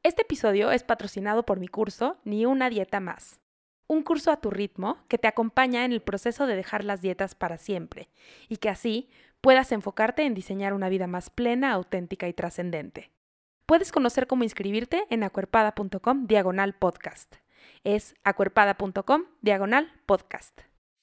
Este episodio es patrocinado por mi curso Ni una dieta más. Un curso a tu ritmo que te acompaña en el proceso de dejar las dietas para siempre y que así puedas enfocarte en diseñar una vida más plena, auténtica y trascendente. Puedes conocer cómo inscribirte en acuerpada.com/podcast. Es acuerpada.com/podcast.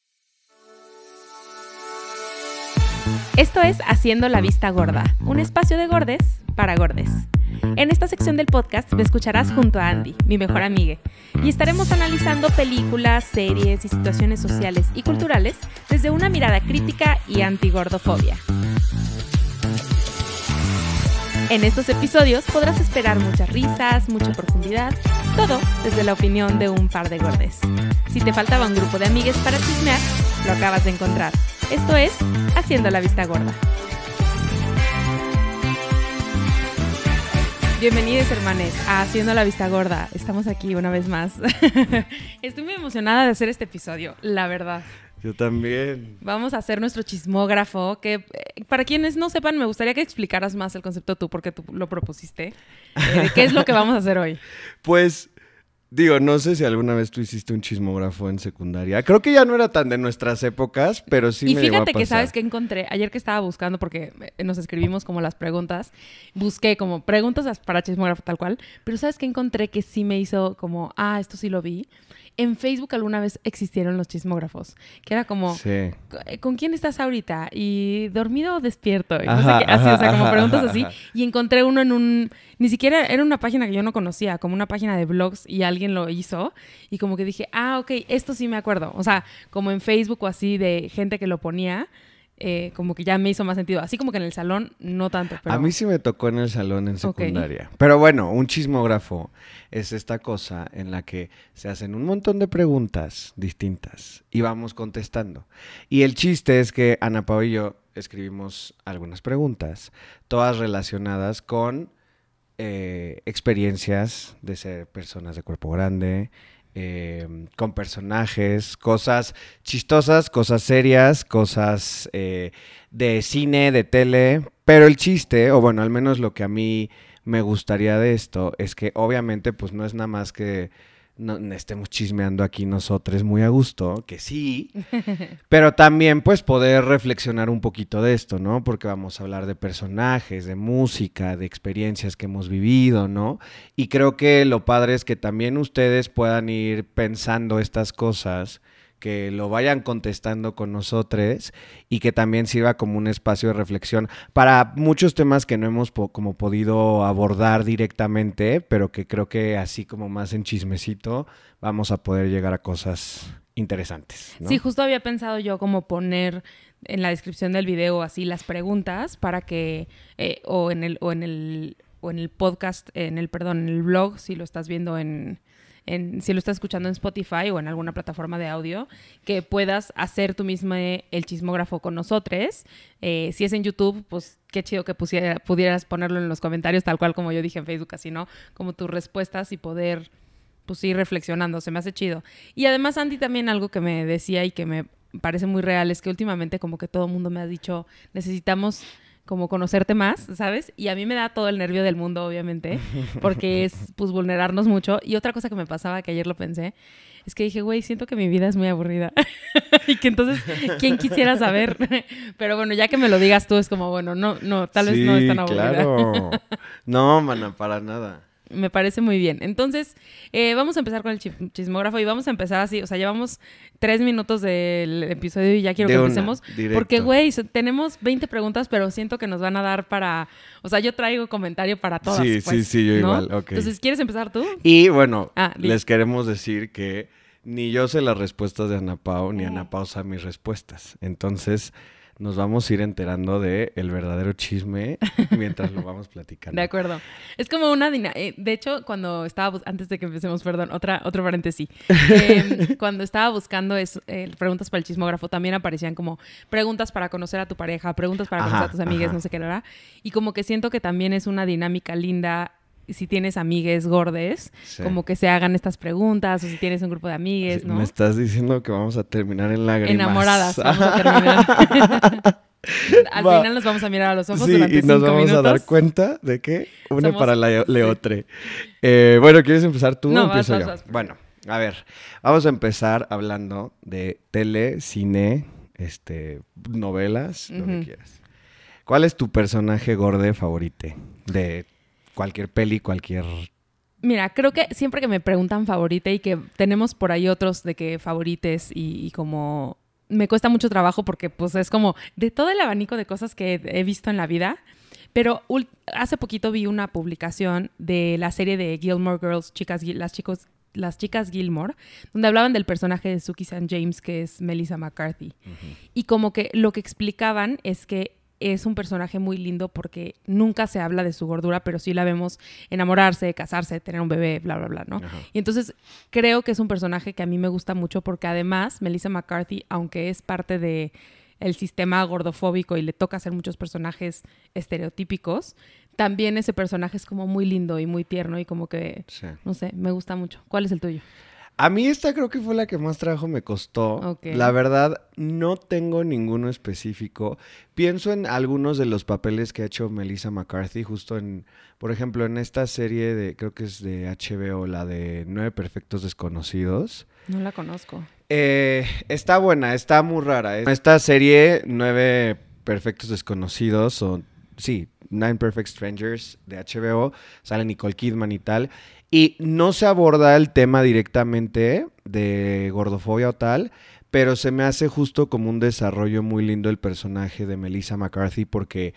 Esto es Haciendo la Vista Gorda, un espacio de gordes para gordes. En esta sección del podcast me escucharás junto a Andy, mi mejor amiga, y estaremos analizando películas, series y situaciones sociales y culturales desde una mirada crítica y antigordofobia. En estos episodios podrás esperar muchas risas, mucha profundidad, todo desde la opinión de un par de gordes. Si te faltaba un grupo de amigues para chismear, lo acabas de encontrar. Esto es Haciendo la Vista Gorda. Bienvenidos, hermanes, a Haciendo la Vista Gorda. Estamos aquí una vez más. Estoy muy emocionada de hacer este episodio, la verdad. Yo también. Vamos a hacer nuestro chismógrafo, que para quienes no sepan, me gustaría que explicaras más el concepto tú, porque tú lo propusiste. ¿Qué es lo que vamos a hacer hoy? Pues, digo, no sé si alguna vez tú hiciste un chismógrafo en secundaria. Creo que ya no era tan de nuestras épocas, pero sí me llegó a pasar. Y fíjate que, ¿sabes qué encontré? Ayer que estaba buscando, porque nos escribimos como las preguntas, busqué como preguntas para chismógrafo tal cual, pero ¿sabes qué encontré que sí me hizo como, esto sí lo vi? En Facebook alguna vez existieron los chismógrafos, que era como, sí. ¿Con quién estás ahorita? ¿Y dormido o despierto? Y no sé qué, así, o sea, como preguntas así. Y encontré uno en ni siquiera era una página que yo no conocía, como una página de blogs y alguien lo hizo. Y como que dije, ok, esto sí me acuerdo. O sea, como en Facebook o así de gente que lo ponía. Como que ya me hizo más sentido. Así como que en el salón, no tanto. Pero... A mí sí me tocó en el salón en secundaria. Okay. Pero bueno, un chismógrafo es esta cosa en la que se hacen un montón de preguntas distintas y vamos contestando. Y el chiste es que Ana Pau y yo escribimos algunas preguntas, todas relacionadas con experiencias de ser personas de cuerpo grande, con personajes, cosas chistosas, cosas serias, cosas de cine, de tele, pero el chiste, o bueno, al menos lo que a mí me gustaría de esto, es que obviamente pues no es nada más que no estemos chismeando aquí nosotros muy a gusto, que sí, pero también pues poder reflexionar un poquito de esto, ¿no? Porque vamos a hablar de personajes, de música, de experiencias que hemos vivido, ¿no? Y creo que lo padre es que también ustedes puedan ir pensando estas cosas, que lo vayan contestando con nosotros y que también sirva como un espacio de reflexión para muchos temas que no hemos como podido abordar directamente, pero que creo que así como más en chismecito vamos a poder llegar a cosas interesantes, ¿no? Sí, justo había pensado yo como poner en la descripción del video así las preguntas para que o en el podcast, en el blog, si lo estás viendo si lo estás escuchando en Spotify o en alguna plataforma de audio, que puedas hacer tú mismo el chismógrafo con nosotros. Si es en YouTube, pues qué chido que pudieras ponerlo en los comentarios, tal cual como yo dije en Facebook, así, ¿no? Como tus respuestas y poder, pues, ir reflexionando. Se me hace chido. Y además, Andy, también algo que me decía y que me parece muy real es que últimamente como que todo el mundo me ha dicho, necesitamos como conocerte más, ¿sabes? Y a mí me da todo el nervio del mundo, obviamente, porque es, pues, vulnerarnos mucho. Y otra cosa que me pasaba, que ayer lo pensé, es que dije, güey, siento que mi vida es muy aburrida. Y que entonces, ¿quién quisiera saber? Pero bueno, ya que me lo digas tú, es como, bueno, no, tal vez no es tan aburrida. Claro. No, mana, para nada. Me parece muy bien. Entonces, vamos a empezar con el chismógrafo y vamos a empezar así. O sea, llevamos 3 minutos del episodio y ya quiero que empecemos. Porque, güey, tenemos 20 preguntas, pero siento que nos van a dar para... O sea, yo traigo comentario para todas. Sí, pues, sí, yo ¿no? igual. Okay. Entonces, ¿quieres empezar tú? Y bueno, les queremos decir que ni yo sé las respuestas de Ana Pau, ni Ana Pau sabe mis respuestas. Entonces... nos vamos a ir enterando de el verdadero chisme mientras lo vamos platicando. De acuerdo. Es como una de hecho, cuando estaba... antes de que empecemos, perdón, otro paréntesis. Cuando estaba buscando preguntas para el chismógrafo, también aparecían como preguntas para conocer a tu pareja, preguntas para conocer a tus amigas, no sé qué era. Y como que siento que también es una dinámica linda si tienes amigues gordes, sí, como que se hagan estas preguntas, o si tienes un grupo de amigues, ¿no? Me estás diciendo que vamos a terminar en lágrimas. Enamoradas, vamos a terminar. Al Va. final nos vamos a mirar a los ojos Sí, durante y nos 5 vamos minutos. a dar cuenta de que una Somos- para la sí. leotre. Bueno, ¿quieres empezar tú No, o empiezo vas, yo? vas. Bueno, a ver, vamos a empezar hablando de tele, cine, novelas, lo que Ujú. quieras. ¿Cuál es tu personaje gordo favorito de cualquier peli, cualquier... Mira, creo que siempre que me preguntan favorita y que tenemos por ahí otros de que favorites y como me cuesta mucho trabajo porque pues es como de todo el abanico de cosas que he visto en la vida, pero hace poquito vi una publicación de la serie de Gilmore Girls, las chicas Gilmore, donde hablaban del personaje de Suki St. James, que es Melissa McCarthy. Y como que lo que explicaban es que es un personaje muy lindo porque nunca se habla de su gordura, pero sí la vemos enamorarse, casarse, tener un bebé, bla, bla, bla, ¿no? Ajá. Y entonces creo que es un personaje que a mí me gusta mucho porque además Melissa McCarthy, aunque es parte de el sistema gordofóbico y le toca hacer muchos personajes estereotípicos, también ese personaje es como muy lindo y muy tierno y como que, Sí. no sé, me gusta mucho. ¿Cuál es el tuyo? A mí esta creo que fue la que más trabajo me costó. Ok. La verdad, no tengo ninguno específico. Pienso en algunos de los papeles que ha hecho Melissa McCarthy, justo en, por ejemplo, en esta serie de, creo que es de HBO, la de 9 Perfectos Desconocidos. No la conozco. Está buena, está muy rara. Esta serie, 9 Perfectos Desconocidos, o sí, 9 Perfect Strangers de HBO, sale Nicole Kidman y tal. Y no se aborda el tema directamente de gordofobia o tal, pero se me hace justo como un desarrollo muy lindo el personaje de Melissa McCarthy porque,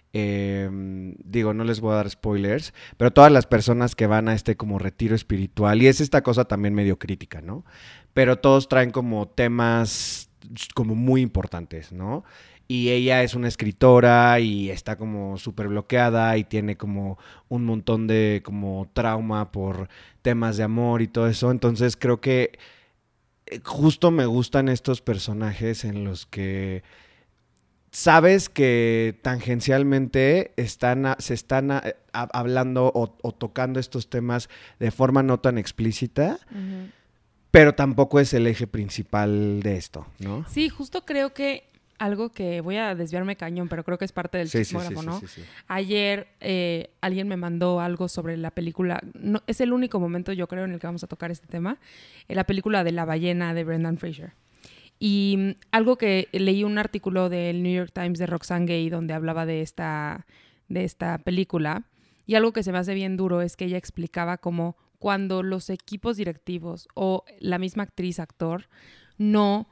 digo, no les voy a dar spoilers, pero todas las personas que van a este como retiro espiritual, y es esta cosa también medio crítica, ¿no? Pero todos traen como temas como muy importantes, ¿no? Y ella es una escritora y está como súper bloqueada y tiene como un montón de como trauma por temas de amor y todo eso. Entonces creo que justo me gustan estos personajes en los que sabes que tangencialmente se están hablando o tocando estos temas de forma no tan explícita, Ujú. pero tampoco es el eje principal de esto, ¿no? Sí, justo creo que algo que voy a desviarme cañón, pero creo que es parte del Sí, chismógrafo, ¿no? sí. Ayer alguien me mandó algo sobre la película. No, es el único momento, yo creo, en el que vamos a tocar este tema. La película de La ballena de Brendan Fraser. Y algo que leí un artículo del New York Times de Roxane Gay donde hablaba de esta película. Y algo que se me hace bien duro es que ella explicaba cómo cuando los equipos directivos o la misma actriz, actor, no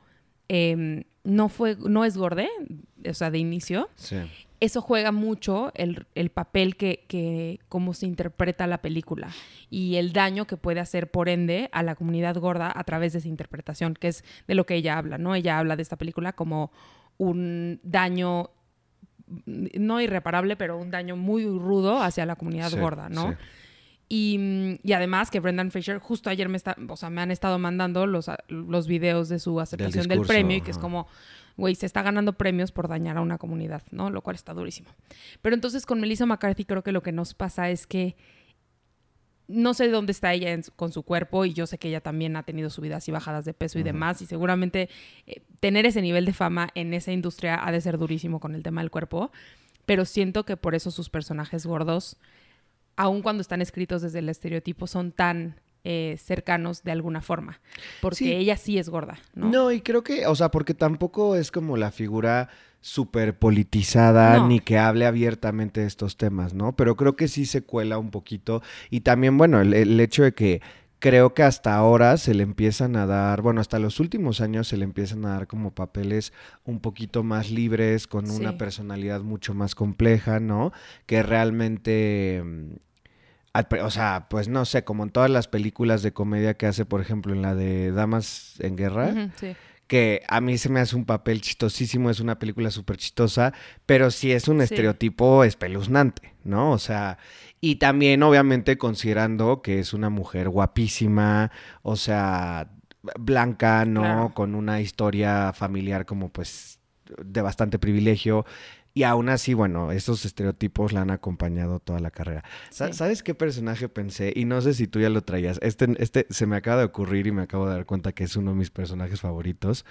es gorde, o sea, de inicio, Sí. eso juega mucho el papel que cómo se interpreta la película y el daño que puede hacer, por ende, a la comunidad gorda a través de esa interpretación, que es de lo que ella habla, ¿no? Ella habla de esta película como un daño, no irreparable, pero un daño muy rudo hacia la comunidad Sí, gorda, ¿no? sí. Y además que Brendan Fraser justo ayer me han estado mandando los videos de su aceptación del discurso, premio y que es ajá. como, güey, se está ganando premios por dañar a una comunidad, ¿no? Lo cual está durísimo. Pero entonces con Melissa McCarthy creo que lo que nos pasa es que no sé dónde está ella con su cuerpo y yo sé que ella también ha tenido subidas y bajadas de peso y demás y seguramente tener ese nivel de fama en esa industria ha de ser durísimo con el tema del cuerpo, pero siento que por eso sus personajes gordos, aun cuando están escritos desde el estereotipo, son tan cercanos de alguna forma. Porque Sí. ella sí es gorda, ¿no? No, y creo que, o sea, porque tampoco es como la figura súper politizada No. ni que hable abiertamente de estos temas, ¿no? Pero creo que sí se cuela un poquito. Y también, bueno, el hecho de que creo que hasta ahora se le empiezan a dar, bueno, hasta los últimos años se le empiezan a dar como papeles un poquito más libres, con una Sí. personalidad mucho más compleja, ¿no? Que realmente... o sea, pues no sé, como en todas las películas de comedia que hace, por ejemplo, en la de Damas en Guerra, Ujú, sí. que a mí se me hace un papel chistosísimo, es una película súper chistosa, pero sí es un Sí. estereotipo espeluznante, ¿no? O sea, y también obviamente considerando que es una mujer guapísima, o sea, blanca, ¿no? Claro. Con una historia familiar como pues de bastante privilegio. Y aún así, bueno, estos estereotipos la han acompañado toda la carrera. Sí. ¿Sabes qué personaje pensé? Y no sé si tú ya lo traías. Este se me acaba de ocurrir y me acabo de dar cuenta que es uno de mis personajes favoritos.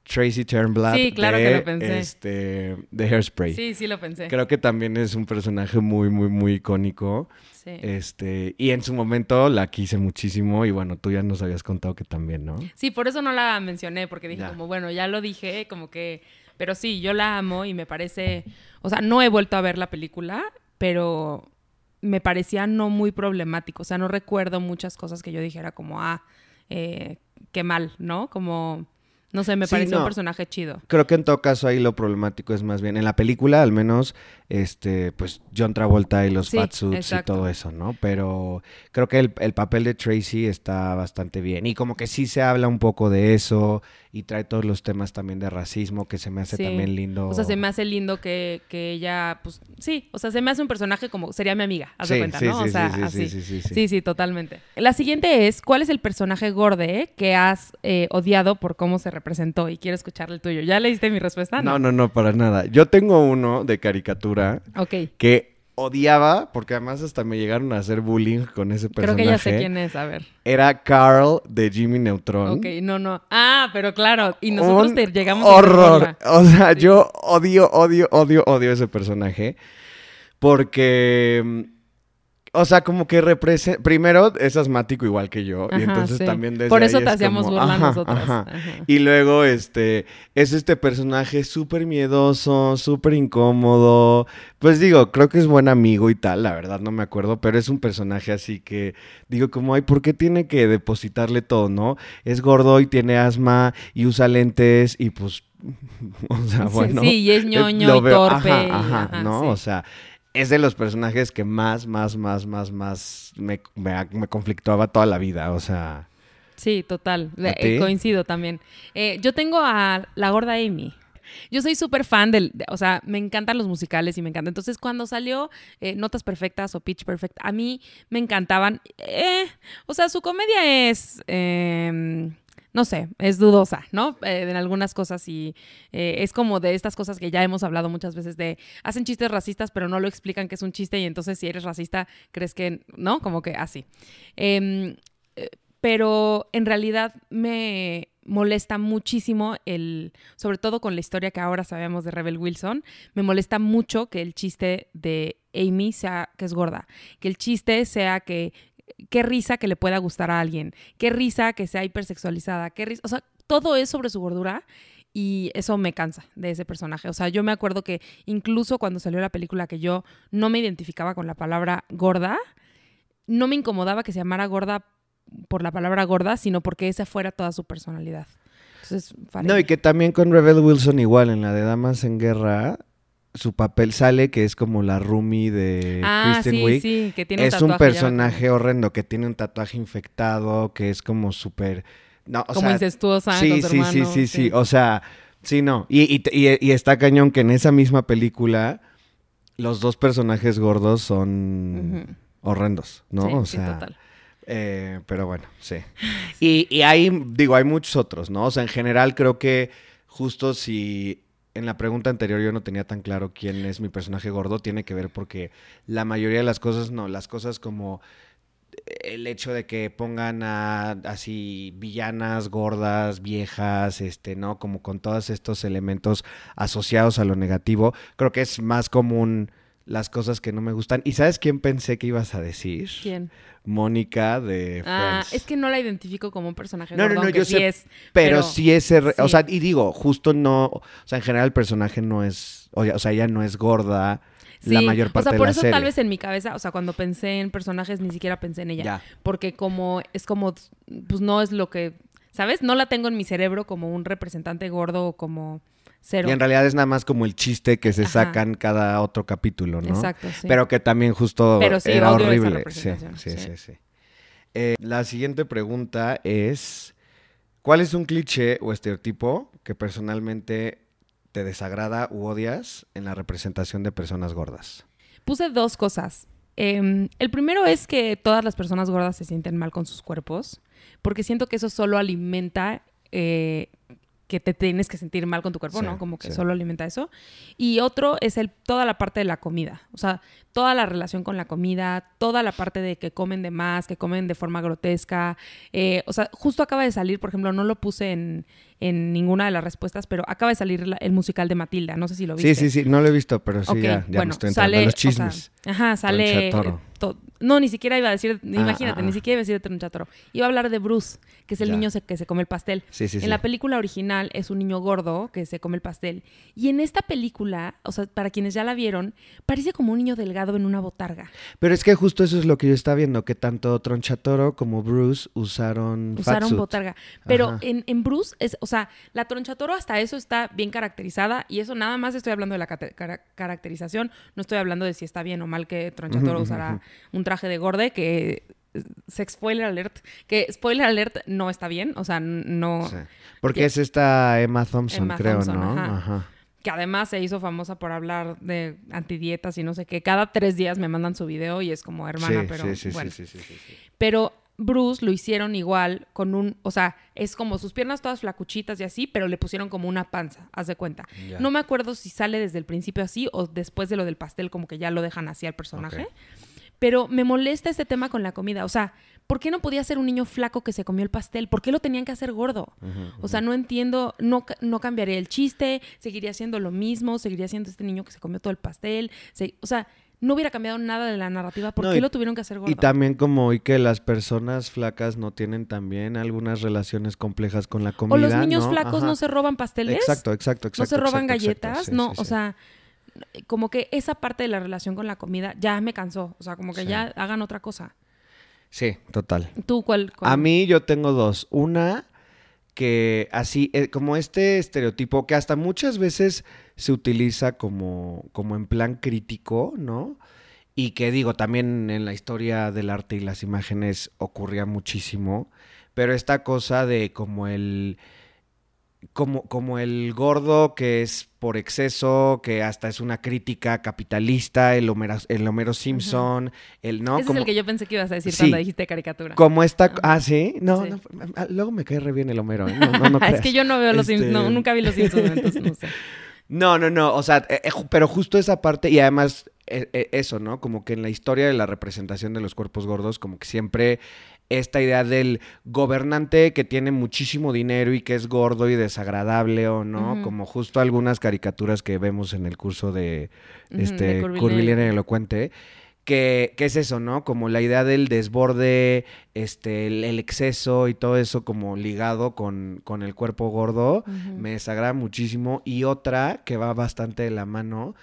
Tracy Turnblad Sí, claro que lo pensé. de Hairspray. Sí, sí lo pensé. Creo que también es un personaje muy, muy, muy icónico. Sí. Y en su momento la quise muchísimo y bueno, tú ya nos habías contado que también, ¿no? Sí, por eso no la mencioné, porque dije Ya. como, bueno, ya lo dije, como que... Pero sí, yo la amo y me parece... O sea, no he vuelto a ver la película, pero me parecía no muy problemático. O sea, no recuerdo muchas cosas que yo dijera como, qué mal, ¿no? Como, no sé, me Sí, pareció un no. personaje chido. Creo que en todo caso ahí lo problemático es más bien, en la película al menos, pues John Travolta y los Sí, fatsuits y exacto. todo eso, ¿no? Pero creo que el papel de Tracy está bastante bien. Y como que sí se habla un poco de eso y trae todos los temas también de racismo que se me hace Sí. también lindo. O sea, se me hace lindo que ella, pues, sí. O sea, se me hace un personaje como, sería mi amiga, haz de cuenta, ¿no? O sea, así. Sí, sí, totalmente. La siguiente es, ¿cuál es el personaje gorde que has odiado por cómo se representó? Y quiero escuchar el tuyo. ¿Ya leíste mi respuesta? No, para nada. Yo tengo uno de caricatura Ok. que odiaba, porque además hasta me llegaron a hacer bullying con ese Creo personaje. que ya sé quién es, a ver. Era Carl de Jimmy Neutron. Ok, no. Ah, pero claro, y nosotros Un te llegamos horror. a O sea, sí. yo odio ese personaje. Porque, o sea, como que representa... Primero, es asmático igual que yo. Ajá, Y entonces sí. también desde Por eso ahí te es hacíamos como, burla ajá, nosotros. ajá. Ajá. Y luego, es este personaje súper miedoso, súper incómodo. Pues digo, creo que es buen amigo y tal, la verdad no me acuerdo. Pero es un personaje así que digo como, ay, ¿por qué tiene que depositarle todo, no? Es gordo y tiene asma y usa lentes y pues... O sea, bueno. Sí, y es ñoño lo y veo, torpe. ajá, Ajá, ¿no? sí. O sea, es de los personajes que más me conflictuaba toda la vida, o sea... Sí, total. ¿A ti? Coincido también. Yo tengo a la gorda Amy. Yo soy súper fan o sea, me encantan los musicales y me encanta. Entonces, cuando salió Notas Perfectas o Pitch Perfect, a mí me encantaban. O sea, su comedia es, no sé, es dudosa, ¿no? En algunas cosas y es como de estas cosas que ya hemos hablado muchas veces de, hacen chistes racistas, pero no lo explican que es un chiste y entonces si eres racista, crees que, ¿no? Como que así. Pero en realidad me molesta muchísimo sobre todo con la historia que ahora sabemos de Rebel Wilson, me molesta mucho que el chiste de Amy sea que es gorda, que el chiste sea que qué risa que le pueda gustar a alguien, qué risa que sea hipersexualizada, qué risa, o sea, todo es sobre su gordura. Y eso me cansa de ese personaje. O sea, yo me acuerdo que incluso cuando salió la película que yo no me identificaba con la palabra gorda, no me incomodaba que se llamara gorda por la palabra gorda, sino porque esa fuera toda su personalidad. Entonces, No, y que también con Rebel Wilson igual, en la de Damas en Guerra, su papel sale que es como la roomie de Kristen Wiig. Sí, que tiene es un personaje horrendo, que tiene un tatuaje infectado, que es como súper... No, o como sea, incestuosa sí, con su sí, hermano. sí, o sea, sí, no. Y está cañón que en esa misma película los dos personajes gordos son horrendos, ¿no? Sí, o sí, sea, total. pero bueno, sí. Y hay muchos otros, ¿no? O sea, en general creo que justo si en la pregunta anterior yo no tenía tan claro quién es mi personaje gordo, tiene que ver porque la mayoría de las cosas no, las cosas como el hecho de que pongan a así villanas gordas, viejas, ¿no? Como con todos estos elementos asociados a lo negativo, creo que es más común las cosas que no me gustan. ¿Y sabes quién pensé que ibas a decir? ¿Quién? Mónica de Friends. Es que no la identifico como un personaje No, gordo, no, yo sí sé, es. pero sí es, sí. o sea, y digo, justo no, o sea, en general el personaje no es, o sea, ella no es gorda la mayor parte de la serie. O sea, por eso tal vez en mi cabeza, o sea, cuando pensé en personajes ni siquiera pensé en ella. Ya. Porque es como, pues no es lo que, ¿sabes? No la tengo en mi cerebro como un representante gordo o como cero. Y en realidad es nada más como el chiste que se Ajá. sacan cada otro capítulo, ¿no? Exacto, sí. Pero que también justo Pero sí, era odio esa horrible. representación, Sí. La siguiente pregunta es, ¿cuál es un cliché o estereotipo que personalmente te desagrada u odias en la representación de personas gordas? Puse dos cosas. El primero es que todas las personas gordas se sienten mal con sus cuerpos, porque siento que eso solo alimenta que que te tienes que sentir mal con tu cuerpo, Sí, ¿no? Como que sí. solo alimenta eso. Y otro es toda la parte de la comida. O sea, toda la relación con la comida, toda la parte de que comen de más, que comen de forma grotesca. O sea, justo acaba de salir, por ejemplo, no lo puse en ninguna de las respuestas, pero acaba de salir el musical de Matilda. No sé si lo viste. Sí, no lo he visto, pero sí, Ok, ya me bueno, estoy entrando en los chismes. O sea, ajá, sale... Tronchatoro. No, ni siquiera iba a decir... Imagínate, ni ah. siquiera iba a decir de Tronchatoro. Iba a hablar de Bruce, que es el Ya. niño que se come el pastel. Sí, En la película original es un niño gordo que se come el pastel. Y en esta película, o sea, para quienes ya la vieron, parece como un niño delgado en una botarga. Pero es que justo eso es lo que yo estaba viendo, que tanto Tronchatoro como Bruce usaron fatsuit. Botarga. Pero Ajá. en Bruce, o sea, la Tronchatoro hasta eso está bien caracterizada. Y eso nada más estoy hablando de la caracterización. No estoy hablando de si está bien o mal que Tronchatoro usara un traje de gorde, que... spoiler alert, no está bien. O sea, no... Sí. Porque es esta Emma Thompson, Emma creo, Thompson, ¿no? ajá. Que además se hizo famosa por hablar de antidietas y no sé qué. Cada 3 días me mandan su video y es como, hermana, Sí, pero sí. bueno. Pero Bruce lo hicieron igual con o sea, es como sus piernas todas flacuchitas y así, pero le pusieron como una panza, haz de cuenta. Ya. No me acuerdo si sale desde el principio así o después de lo del pastel, como que ya lo dejan así al personaje. Ok. Pero me molesta este tema con la comida. O sea, ¿por qué no podía ser un niño flaco que se comió el pastel? ¿Por qué lo tenían que hacer gordo? O sea, no entiendo, no cambiaría el chiste, seguiría siendo lo mismo, seguiría siendo este niño que se comió todo el pastel. O sea, no hubiera cambiado nada de la narrativa. ¿Por qué lo tuvieron que hacer gordo? Y también como y que las personas flacas no tienen también algunas relaciones complejas con la comida, o los niños ¿no? flacos Ajá. no se roban pasteles. Exacto. No se roban galletas, sí, no, sí, o sí. sea, como que esa parte de la relación con la comida ya me cansó. O sea, como que Sí. ya hagan otra cosa. Sí, total. ¿Tú cuál? A mí yo tengo dos. Una que así, como este estereotipo que hasta muchas veces se utiliza como en plan crítico, ¿no? Y que digo, también en la historia del arte y las imágenes ocurría muchísimo, pero esta cosa de como como el gordo que es por exceso, que hasta es una crítica capitalista, el Homero Simpson, ¿no? Ese Como, es el que yo pensé que ibas a decir sí, cuando dijiste caricatura. como esta... Ajá. Ah, ¿sí? No, Sí. no, luego me cae re bien el Homero, ¿eh? No Es creas. que yo no veo los Simpsons, no, nunca vi los Simpsons, entonces no sé. No, o sea, pero justo esa parte, y además eso, ¿no? Como que en la historia de la representación de los cuerpos gordos, como que siempre esta idea del gobernante que tiene muchísimo dinero y que es gordo y desagradable o no, Ujú. como justo algunas caricaturas que vemos en el curso de De Curvilínea Elocuente, que es eso, ¿no? Como la idea del desborde, el exceso y todo eso como ligado con el cuerpo gordo, Ujú. me desagrada muchísimo. Y otra que va bastante de la mano,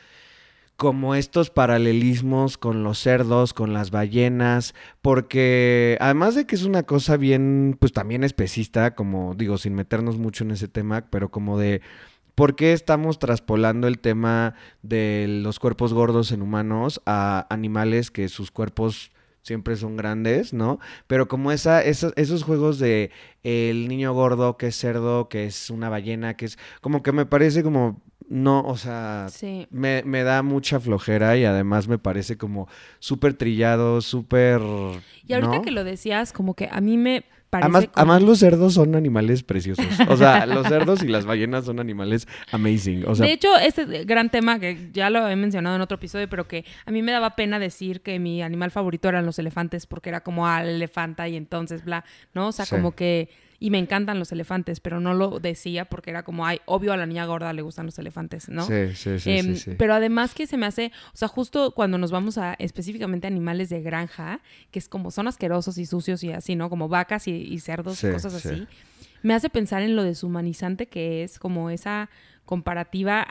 como estos paralelismos con los cerdos, con las ballenas, porque además de que es una cosa bien, pues también especista, como digo, sin meternos mucho en ese tema, pero como de ¿por qué estamos traspolando el tema de los cuerpos gordos en humanos a animales que sus cuerpos siempre son grandes, ¿no? Pero como esos juegos de el niño gordo que es cerdo, que es una ballena, que es como que me parece como, no, o sea, Sí. me da mucha flojera y además me parece como súper trillado, súper... Y ahorita ¿no? que lo decías, como que a mí me parece Además, como... además los cerdos son animales preciosos. O sea, los cerdos y las ballenas son animales amazing. O sea, de hecho, este gran tema que ya lo he mencionado en otro episodio, pero que a mí me daba pena decir que mi animal favorito eran los elefantes porque era como elefanta y entonces bla, ¿no? O sea, Sí. como que... Y me encantan los elefantes, pero no lo decía porque era como, ay, obvio a la niña gorda le gustan los elefantes, ¿no? Sí. Pero además que se me hace, o sea, justo cuando nos vamos a específicamente animales de granja, que es como son asquerosos y sucios y así, ¿no? Como vacas y cerdos Sí, y cosas sí. así, me hace pensar en lo deshumanizante que es como esa comparativa,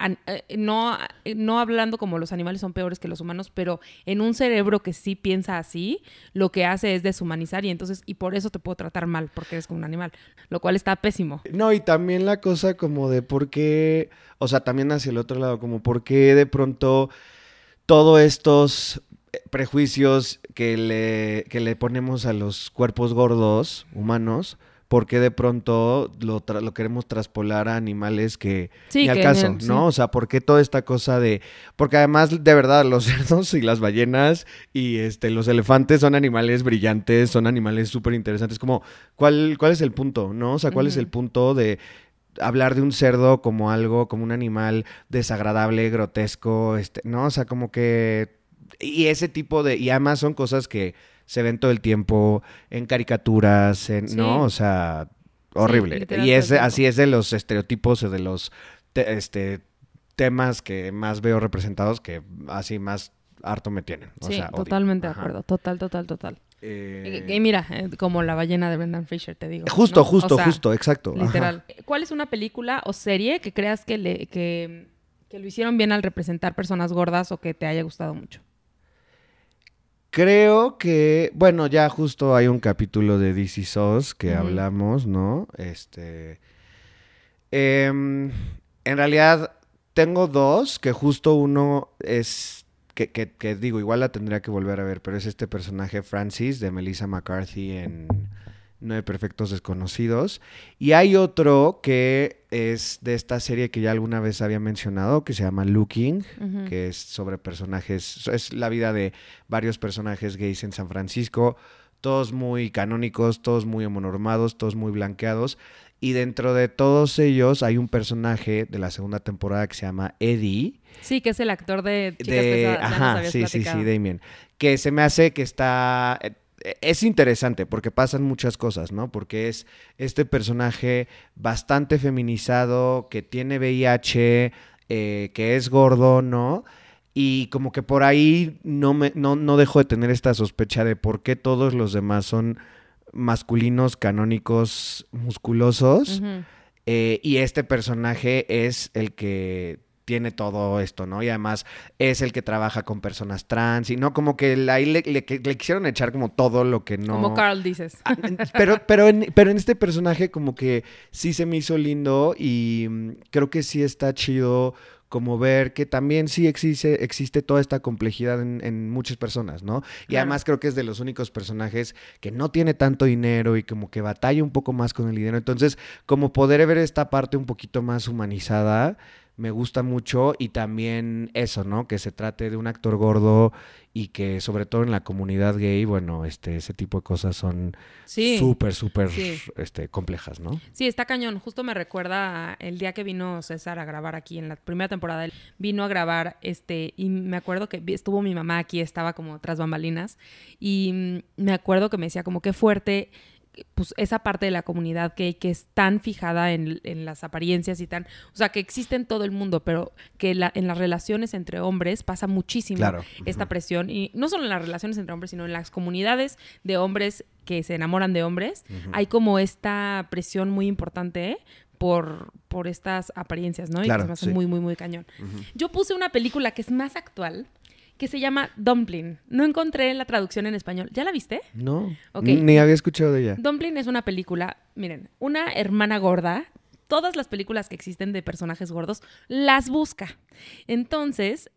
no hablando como los animales son peores que los humanos, pero en un cerebro que sí piensa así, lo que hace es deshumanizar y por eso te puedo tratar mal, porque eres como un animal, lo cual está pésimo. No, y también la cosa como de por qué, o sea, también hacia el otro lado, como por qué de pronto todos estos prejuicios que le ponemos a los cuerpos gordos humanos, por qué de pronto lo queremos traspolar a animales que Sí, ni al que caso, sí. ¿no? O sea, ¿por qué toda esta cosa de... Porque además, de verdad, los cerdos y las ballenas y los elefantes son animales brillantes, son animales súper interesantes. Como, ¿cuál es el punto, no? O sea, ¿cuál es el punto de hablar de un cerdo como algo, como un animal desagradable, grotesco, ¿no? O sea, como que... Y ese tipo de... Y además son cosas que se ven todo el tiempo en caricaturas, Sí. ¿no? O sea, Sí, horrible. literal, Y todo el es tiempo. así es de los estereotipos o de los temas que más veo representados que así más harto me tienen. O Sí, sea, odio. totalmente de Ajá. acuerdo. Total. Eh, Y mira, como la ballena de Brendan Fraser, te digo. Justo, ¿no? justo, O sea, justo, exacto. Ajá. literal. ¿Cuál es una película o serie que creas que lo hicieron bien al representar personas gordas o que te haya gustado mucho? Creo que, bueno, ya justo hay un capítulo de This Is Us que Ujú. hablamos, ¿no? En realidad tengo dos, que justo uno es, que digo, igual la tendría que volver a ver, pero es este personaje Francis de Melissa McCarthy en Nueve Perfectos Desconocidos. Y hay otro que es de esta serie que ya alguna vez había mencionado, que se llama Looking, Ujú. que es sobre personajes, es la vida de varios personajes gays en San Francisco, todos muy canónicos, todos muy homonormados, todos muy blanqueados. Y dentro de todos ellos hay un personaje de la segunda temporada que se llama Eddie. Sí, que es el actor de Chicas Pesadas. Ya nos Ajá, habías sí, platicado. Damien. Que se me hace que está... Es interesante porque pasan muchas cosas, ¿no? Porque es este personaje bastante feminizado, que tiene VIH, que es gordo, ¿no? Y como que por ahí no dejo de tener esta sospecha de por qué todos los demás son masculinos, canónicos, musculosos. Ujú. Y este personaje es el que tiene todo esto, ¿no? Y además es el que trabaja con personas trans y no como que ahí le quisieron echar como todo lo que no... Como Carl dices. Pero en este personaje como que sí se me hizo lindo y creo que sí está chido como ver que también sí existe toda esta complejidad en muchas personas, ¿no? Y Claro. además creo que es de los únicos personajes que no tiene tanto dinero y como que batalla un poco más con el dinero. Entonces, como poder ver esta parte un poquito más humanizada, me gusta mucho y también eso, ¿no? Que se trate de un actor gordo y que sobre todo en la comunidad gay, bueno, ese tipo de cosas son Sí. súper, Sí. complejas, ¿no? Sí, está cañón. Justo me recuerda el día que vino César a grabar aquí en la primera temporada. Él vino a grabar y me acuerdo que estuvo mi mamá aquí, estaba como tras bambalinas. Y me acuerdo que me decía como qué fuerte, pues esa parte de la comunidad que es tan fijada en las apariencias y tan, o sea, que existe en todo el mundo, pero que en las relaciones entre hombres pasa muchísimo Claro. esta presión, y no solo en las relaciones entre hombres, sino en las comunidades de hombres que se enamoran de hombres, hay como esta presión muy importante, por estas apariencias, ¿no? Claro, y que se me hace sí. muy, muy, muy cañón. Yo puse una película que es más actual, que se llama Dumpling. No encontré la traducción en español. ¿Ya la viste? No, Ok. ni había escuchado de ella. Dumpling es una película, miren, una hermana gorda. Todas las películas que existen de personajes gordos las busca. Entonces,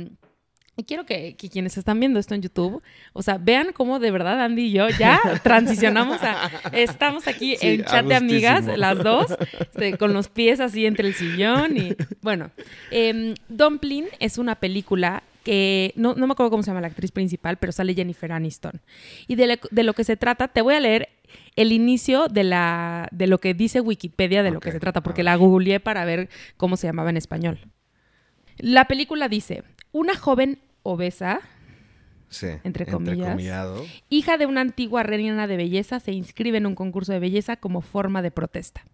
y quiero que quienes están viendo esto en YouTube, o sea, vean cómo de verdad Andy y yo ya transicionamos estamos aquí Sí, en chat de amigas, agustísimo. las dos, con los pies así entre el sillón y bueno. Dumpling es una película que no me acuerdo cómo se llama la actriz principal, pero sale Jennifer Aniston. Y de lo que se trata, te voy a leer el inicio de lo que dice Wikipedia de lo Ok, que se trata, porque a ver. la googleé para ver cómo se llamaba en español. La película dice, una joven obesa, Sí, entre comillas, entrecomillado. hija de una antigua reina de belleza, se inscribe en un concurso de belleza como forma de protesta.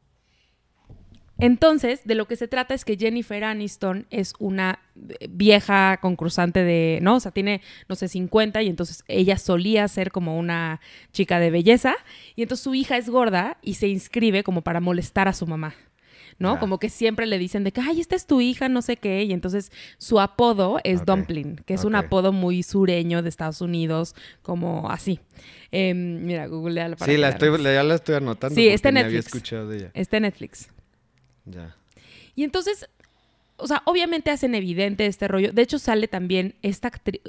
Entonces, de lo que se trata es que Jennifer Aniston es una vieja concursante de, ¿no? O sea, tiene, no sé, 50 y entonces ella solía ser como una chica de belleza y entonces su hija es gorda y se inscribe como para molestar a su mamá, ¿no? Ya. Como que siempre le dicen de que, ay, esta es tu hija, no sé qué, y entonces su apodo es Ok. Dumpling, que es un Ok. apodo muy sureño de Estados Unidos, como así. Mira, googleala para Sí, que la veas. ya la estoy anotando Sí, porque está en ni había Netflix. escuchado de ella. Está en Netflix. Ya. Y entonces, o sea, obviamente hacen evidente este rollo. De hecho, sale también esta actriz,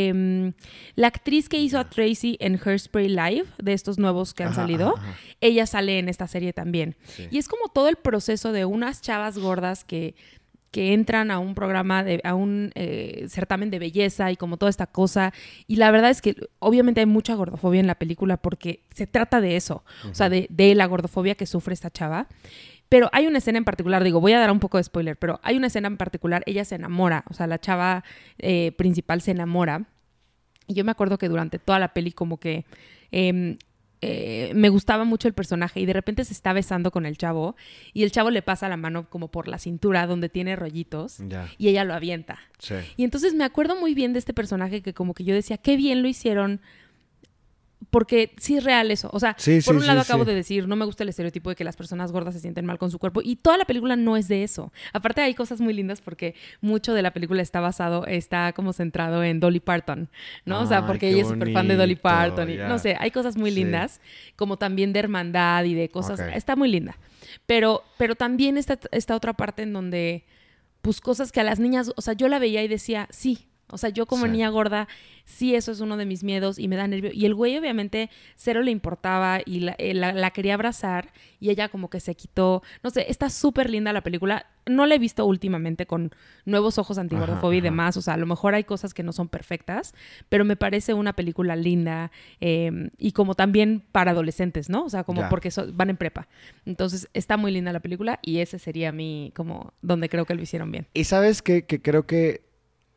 la actriz que hizo a Tracy en Hairspray Live, de estos nuevos que han Ajá, salido, ajá, ajá. ella sale en esta serie también. Sí. Y es como todo el proceso de unas chavas gordas que que entran a un programa, a un certamen de belleza y como toda esta cosa. Y la verdad es que obviamente hay mucha gordofobia en la película porque se trata de eso, o sea, de la gordofobia que sufre esta chava. Pero hay una escena en particular, digo, voy a dar un poco de spoiler, pero hay una escena en particular, ella se enamora, o sea, la chava principal se enamora. Y yo me acuerdo que durante toda la peli como que me gustaba mucho el personaje y de repente se está besando con el chavo y el chavo le pasa la mano como por la cintura donde tiene rollitos y ella lo avienta. Sí. Y entonces me acuerdo muy bien de este personaje que como que yo decía, qué bien lo hicieron, porque sí es real eso. O sea, por un lado acabo de decir, no me gusta el estereotipo de que las personas gordas se sienten mal con su cuerpo. Y toda la película no es de eso. Aparte hay cosas muy lindas porque mucho de la película está como centrado en Dolly Parton, ¿no? O sea, porque ella es súper fan de Dolly Parton. Y, no sé, hay cosas muy lindas, como también de hermandad y de cosas. Okay. Está muy linda. Pero también está otra parte en donde, pues, cosas que a las niñas, o sea, yo la veía y decía, sí. O sea, yo como niña gorda, sí, eso es uno de mis miedos y me da nervio. Y el güey obviamente cero le importaba y la quería abrazar y ella como que se quitó. No sé, está súper linda la película. No la he visto últimamente con nuevos ojos antigordofobia y demás. O sea, a lo mejor hay cosas que no son perfectas, pero me parece una película linda y como también para adolescentes, ¿no? O sea, como porque van en prepa. Entonces, está muy linda la película y ese sería mi, como, donde creo que lo hicieron bien. Y ¿sabes qué? Que creo que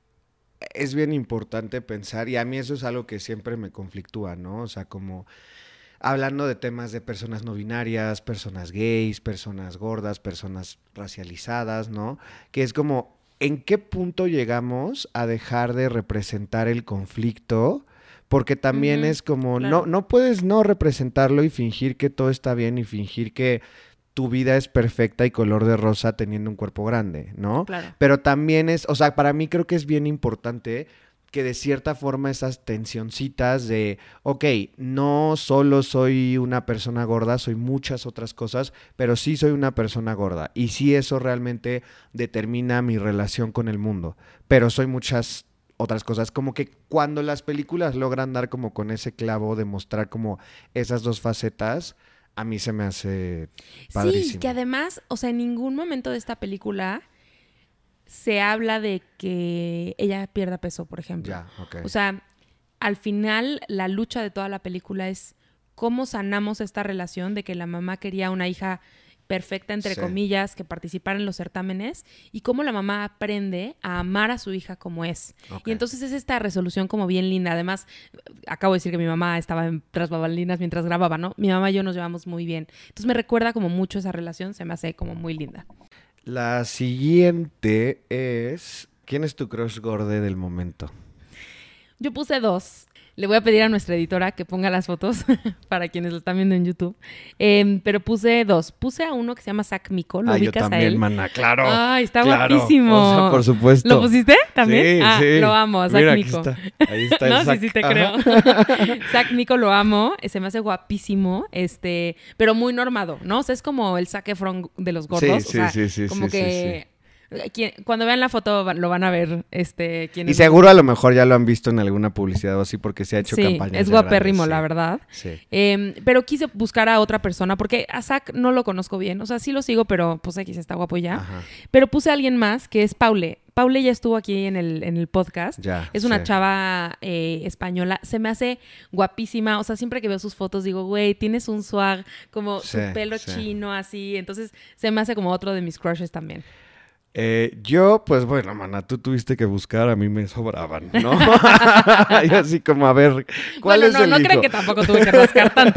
es bien importante pensar, y a mí eso es algo que siempre me conflictúa, ¿no? O sea, como hablando de temas de personas no binarias, personas gays, personas gordas, personas racializadas, ¿no? Que es como, ¿en qué punto llegamos a dejar de representar el conflicto? Porque también es como, claro, no puedes no representarlo y fingir que todo está bien y fingir que tu vida es perfecta y color de rosa teniendo un cuerpo grande, ¿no? Claro. Pero también es, o sea, para mí creo que es bien importante que de cierta forma esas tensioncitas de, ok, no solo soy una persona gorda, soy muchas otras cosas, pero sí soy una persona gorda. Y sí eso realmente determina mi relación con el mundo. Pero soy muchas otras cosas. Como que cuando las películas logran dar como con ese clavo de mostrar como esas dos facetas, a mí se me hace padrísimo. Sí, que además, o sea, en ningún momento de esta película se habla de que ella pierda peso, por ejemplo. Ya, okay. O sea, al final la lucha de toda la película es cómo sanamos esta relación de que la mamá quería una hija perfecta, entre comillas, que participara en los certámenes y cómo la mamá aprende a amar a su hija como es. Okay. Y entonces es esta resolución como bien linda. Además, acabo de decir que mi mamá estaba tras bambalinas mientras grababa, ¿no? Mi mamá y yo nos llevamos muy bien. Entonces me recuerda como mucho esa relación, se me hace como muy linda. La siguiente es, ¿quién es tu crush gorde del momento? Yo puse 2. Le voy a pedir a nuestra editora que ponga las fotos para quienes lo están viendo en YouTube. Pero puse 2. Puse a uno que se llama Zach Mico. ¿Lo ubicas yo también, a él? Mana, claro. Ay, está guapísimo. O sea, por supuesto. ¿Lo pusiste también? Sí, sí. Lo amo, a Zach Mira, Mico. Aquí está. Ahí está el no, Zach. sí te creo. Zach Mico lo amo. Se me hace guapísimo. Pero muy normado, ¿no? O sea, es como el Zac Efron de los gordos. Sí, o sea, sí. Como sí, que... Sí. Cuando vean la foto lo van a ver. ¿Quién y seguro a lo mejor ya lo han visto en alguna publicidad o así porque se ha hecho campañas. Es guapérrimo, la verdad. Sí. Pero quise buscar a otra persona porque a Zach no lo conozco bien. O sea, sí lo sigo, pero pues X está guapo ya. Ajá. Pero puse a alguien más que es Paule. Paule ya estuvo aquí en el podcast. Ya, es una chava española. Se me hace guapísima. O sea, siempre que veo sus fotos digo, güey, tienes un swag, como su pelo chino así. Entonces se me hace como otro de mis crushes también. Yo, pues bueno, mana, tú tuviste que buscar, a mí me sobraban, ¿no? Yo así como, a ver, ¿cuál es el no hijo? creo que tampoco tuve que rascar tanto.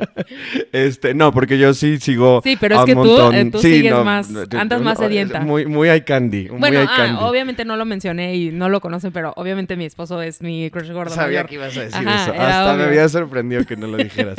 No, porque yo sí sigo. Sí, pero es que tú sigues más, andas más sedienta. Muy eye candy. Bueno, obviamente no lo mencioné y no lo conocen, pero obviamente mi esposo es mi crush gordo. Sabía que ibas a decir eso. Hasta me había sorprendido que no lo dijeras.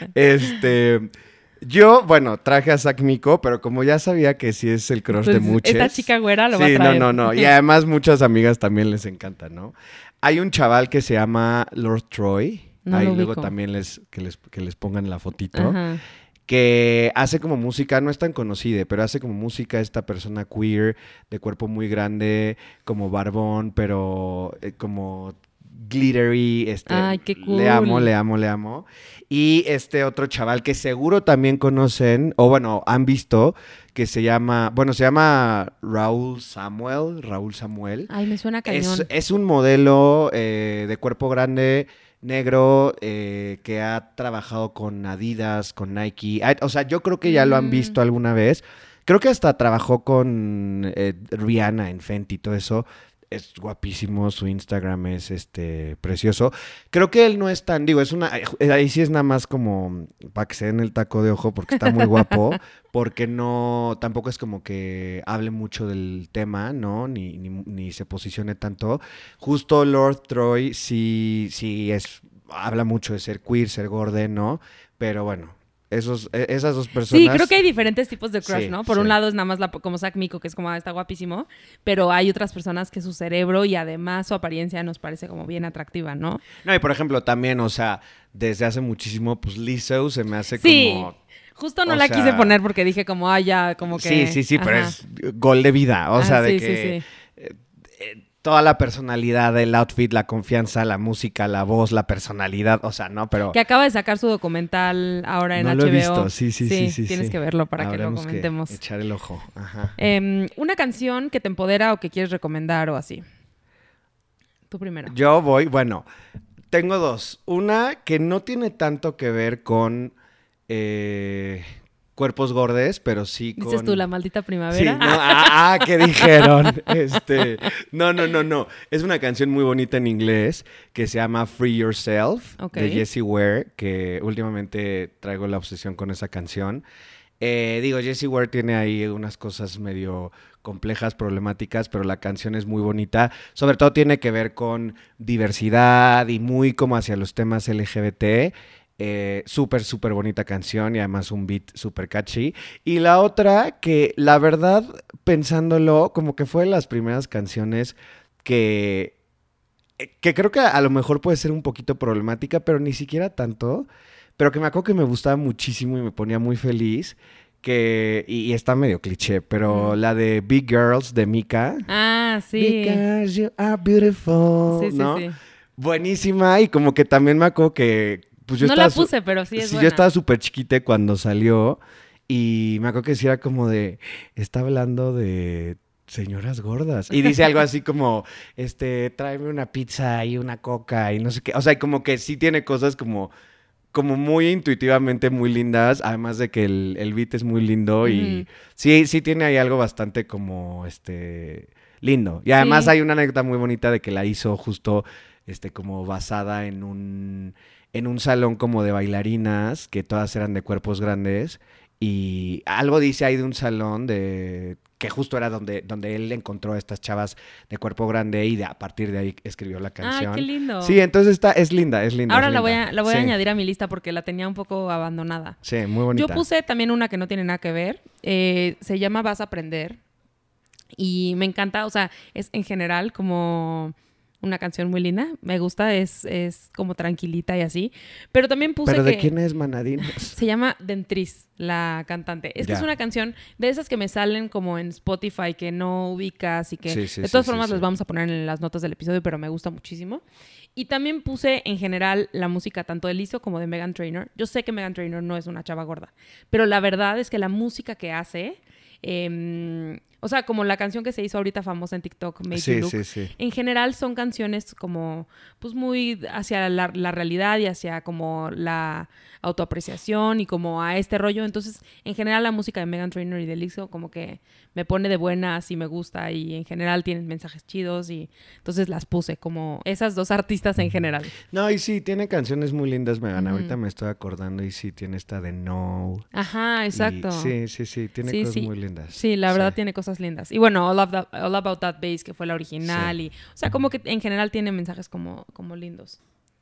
Yo, bueno, traje a Zach Mico, pero como ya sabía que sí es el crush de muchos. Esta chica güera lo va a traer. No. Y además muchas amigas también les encanta, ¿no? Hay un chaval que se llama Lord Troy. Ahí luego también que les pongan la fotito. Ajá. Que hace como música, no es tan conocida, pero hace como música esta persona queer, de cuerpo muy grande, como barbón, pero como glittery, Ay, qué cool. le amo. Y este otro chaval que seguro también conocen, o bueno, han visto, que se llama Raúl Samuel. Ay, me suena cañón. Es un modelo de cuerpo grande, negro, que ha trabajado con Adidas, con Nike. O sea, yo creo que ya lo han visto alguna vez. Creo que hasta trabajó con Rihanna en Fenty y todo eso. Es guapísimo, su Instagram es precioso. Creo que él no es tan, digo, ahí sí es nada más como para que se den el taco de ojo porque está muy guapo, porque no, tampoco es como que hable mucho del tema, ¿no? Ni se posicione tanto. Justo Lord Troy sí habla mucho de ser queer, ser gordo, ¿no? Pero bueno. Esas dos personas. Sí, creo que hay diferentes tipos de crush, sí, ¿no? Por un lado es nada más como Zach Miko, que es como, está guapísimo, pero hay otras personas que su cerebro y además su apariencia nos parece como bien atractiva, ¿no? No, y por ejemplo, también, o sea, desde hace muchísimo, pues Lizzo se me hace sí, como... justo no la quise poner porque dije como, ya, como que... Sí, pero es gol de vida, o sea, de que... toda la personalidad, el outfit, la confianza, la música, la voz, la personalidad, o sea, no, pero... Que acaba de sacar su documental ahora en HBO. No lo he visto, sí. Tienes que verlo para que lo comentemos. Que echar el ojo, ajá. Una canción que te empodera o que quieres recomendar o así. Tú primero. Yo voy, bueno, tengo dos. Una que no tiene tanto que ver con... cuerpos gordes, pero sí con... ¿Dices tú La Maldita Primavera? Sí, no, ¿qué dijeron? No. Es una canción muy bonita en inglés que se llama Free Yourself, de Jessie Ware, que últimamente traigo la obsesión con esa canción. Jessie Ware tiene ahí unas cosas medio complejas, problemáticas, pero la canción es muy bonita. Sobre todo tiene que ver con diversidad y muy como hacia los temas LGBT. Súper bonita canción y además un beat súper catchy. Y la otra que la verdad, pensándolo, como que fue de las primeras canciones que creo que a lo mejor puede ser un poquito problemática, pero ni siquiera tanto, pero que me acuerdo que me gustaba muchísimo y me ponía muy feliz. Y está medio cliché, pero la de Big Girls de Mika. Ah, sí. Because you are beautiful, sí, ¿no? Sí. Buenísima, y como que también me acuerdo que pues yo no la puse, pero sí es buena. Yo estaba súper chiquita cuando salió y me acuerdo que sí era como de... Está hablando de señoras gordas. Y dice algo así como, tráeme una pizza y una coca y no sé qué. O sea, como que sí tiene cosas como muy intuitivamente muy lindas, además de que el beat es muy lindo y sí tiene ahí algo bastante como, lindo. Y además hay una anécdota muy bonita de que la hizo justo, como basada en un salón como de bailarinas, que todas eran de cuerpos grandes, y algo dice ahí de un salón que justo era donde él encontró a estas chavas de cuerpo grande y a partir de ahí escribió la canción. ¡Ay, qué lindo! Sí, entonces es linda. Ahora la voy a añadir a mi lista porque la tenía un poco abandonada. Sí, muy bonita. Yo puse también una que no tiene nada que ver. Se llama Vas a Aprender. Y me encanta, o sea, es en general como... una canción muy linda, me gusta, es como tranquilita y así, pero también puse ¿Pero de quién es Manadín? Se llama Dentriz, la cantante. Es que es una canción de esas que me salen como en Spotify, que no ubicas y que de todas formas les vamos a poner en las notas del episodio, pero me gusta muchísimo. Y también puse en general la música tanto de Lizzo como de Meghan Trainor. Yo sé que Meghan Trainor no es una chava gorda, pero la verdad es que la música que hace... o sea, como la canción que se hizo ahorita famosa en TikTok, Made You Look. Sí. En general son canciones como, pues muy hacia la realidad y hacia como la autoapreciación y como a este rollo. Entonces, en general la música de Meghan Trainor y de Lizzo como que me pone de buenas y me gusta y en general tienen mensajes chidos y entonces las puse como esas dos artistas en general. No, y sí, tiene canciones muy lindas, Meghan. Ahorita me estoy acordando y sí, tiene esta de No. Ajá, exacto. Y, sí, tiene cosas muy lindas. Sí, la verdad tiene cosas lindas. Y bueno, All About That Bass, que fue la original. Y, o sea, como que en general tiene mensajes como lindos.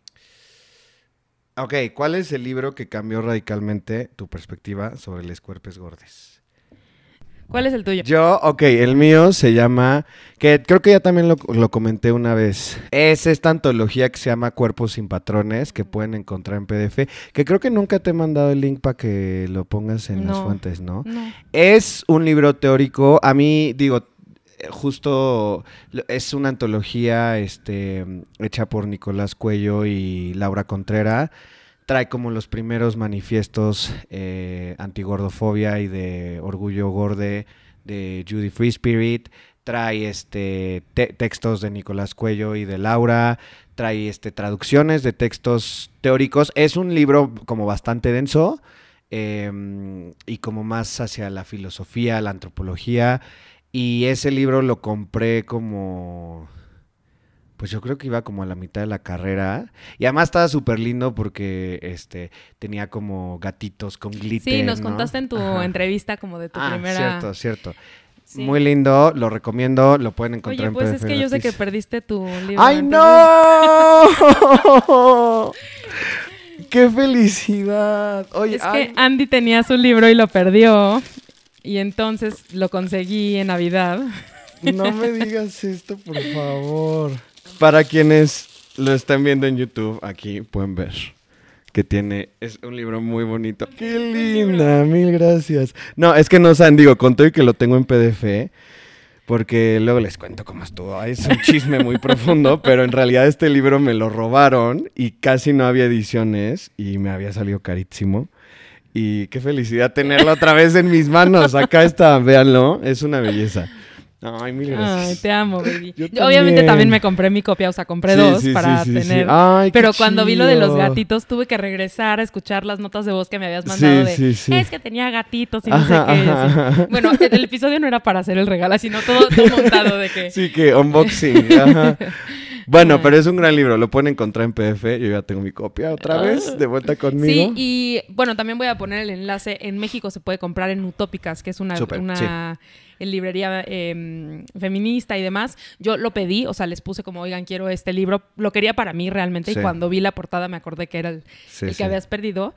Ok, ¿cuál es el libro que cambió radicalmente tu perspectiva sobre los cuerpos gordes? ¿Cuál es el tuyo? El mío se llama, que creo que ya también lo comenté una vez. Es esta antología que se llama Cuerpos sin Patrones, que pueden encontrar en PDF, que creo que nunca te he mandado el link para que lo pongas en las fuentes, ¿no? No. Es un libro teórico. A mí, digo, justo es una antología hecha por Nicolás Cuello y Laura Contrera. Trae como los primeros manifiestos antigordofobia y de orgullo gorde de Judy Free Spirit. Trae textos de Nicolás Cuello y de Laura. Trae traducciones de textos teóricos. Es un libro como bastante denso y como más hacia la filosofía, la antropología. Y ese libro lo compré como... Pues yo creo que iba como a la mitad de la carrera. Y además estaba súper lindo porque tenía como gatitos con glitter, Sí, nos ¿no? contaste en tu entrevista como de tu primera... Cierto. Sí. Muy lindo, lo recomiendo, lo pueden encontrar en Oye, pues PDF es que yo sé gratis. que perdiste tu libro. ¡Ay, entonces... no! ¡Qué felicidad! Oye, Es que Andy tenía su libro y lo perdió. Y entonces lo conseguí en Navidad. no me digas esto, por favor. Para quienes lo están viendo en YouTube, aquí pueden ver que es un libro muy bonito. ¡Qué linda! Mil gracias. No, es que no saben, digo, con todo y que lo tengo en PDF, porque luego les cuento cómo estuvo. Es un chisme muy profundo, pero en realidad este libro me lo robaron y casi no había ediciones y me había salido carísimo. Y qué felicidad tenerlo otra vez en mis manos. Acá está, véanlo, es una belleza. Ay, mil gracias. Ay, te amo, baby. Yo Obviamente también me compré mi copia, o sea, compré dos para tener. Ay, pero qué cuando vi lo de los chido. gatitos, tuve que regresar a escuchar las notas de voz que me habías mandado es que tenía gatitos y no sé qué. Así. Bueno, el episodio no era para hacer el regalo, sino todo montado de que... Sí, que unboxing. Ajá. Bueno, pero es un gran libro, lo pueden encontrar en PDF. Yo ya tengo mi copia otra vez, de vuelta conmigo. Sí, y bueno, también voy a poner el enlace. En México se puede comprar en Utópicas, que es una librería feminista y demás. Yo lo pedí, o sea, les puse como, oigan, quiero este libro. Lo quería para mí realmente, y cuando vi la portada me acordé que era el que habías perdido.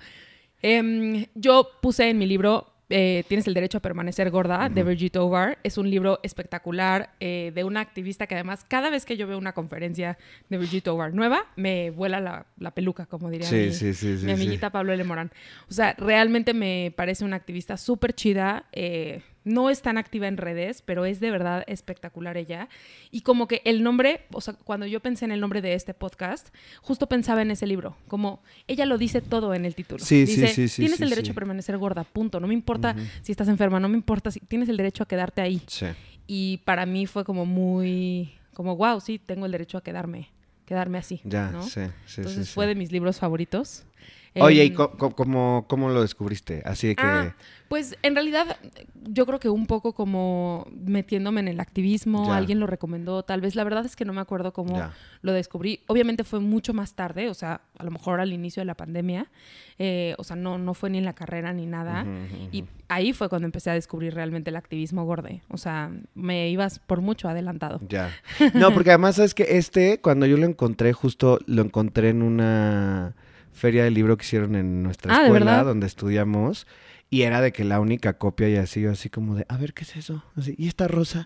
Yo puse en mi libro... Tienes el derecho a permanecer gorda, de Brigitte Ovar. Es un libro espectacular de una activista que además cada vez que yo veo una conferencia de Brigitte Ovar nueva, me vuela la peluca, como diría mi amiguita Pablo L. Morán. O sea, realmente me parece una activista súper chida. No es tan activa en redes, pero es de verdad espectacular ella. Y como que el nombre, o sea, cuando yo pensé en el nombre de este podcast, justo pensaba en ese libro. Como ella lo dice todo en el título. Dice, tienes el derecho a permanecer gorda, punto. No me importa si estás enferma, no me importa si tienes el derecho a quedarte ahí. Sí. Y para mí fue como muy, como wow, sí, tengo el derecho a quedarme así. Ya, ¿no? sí. Entonces fue de mis libros favoritos. Oye, ¿y cómo lo descubriste? Así de que... Pues en realidad yo creo que un poco como metiéndome en el activismo, alguien lo recomendó, tal vez. La verdad es que no me acuerdo cómo lo descubrí. Obviamente fue mucho más tarde, o sea, a lo mejor al inicio de la pandemia. O sea, no fue ni en la carrera ni nada. Y ahí fue cuando empecé a descubrir realmente el activismo gorde. O sea, me ibas por mucho adelantado. Ya. No, porque además sabes que cuando yo lo encontré, justo lo encontré en una feria de libro que hicieron en nuestra escuela donde estudiamos. Y era de que la única copia y así como de, a ver, ¿qué es eso? Así, ¿y esta rosa?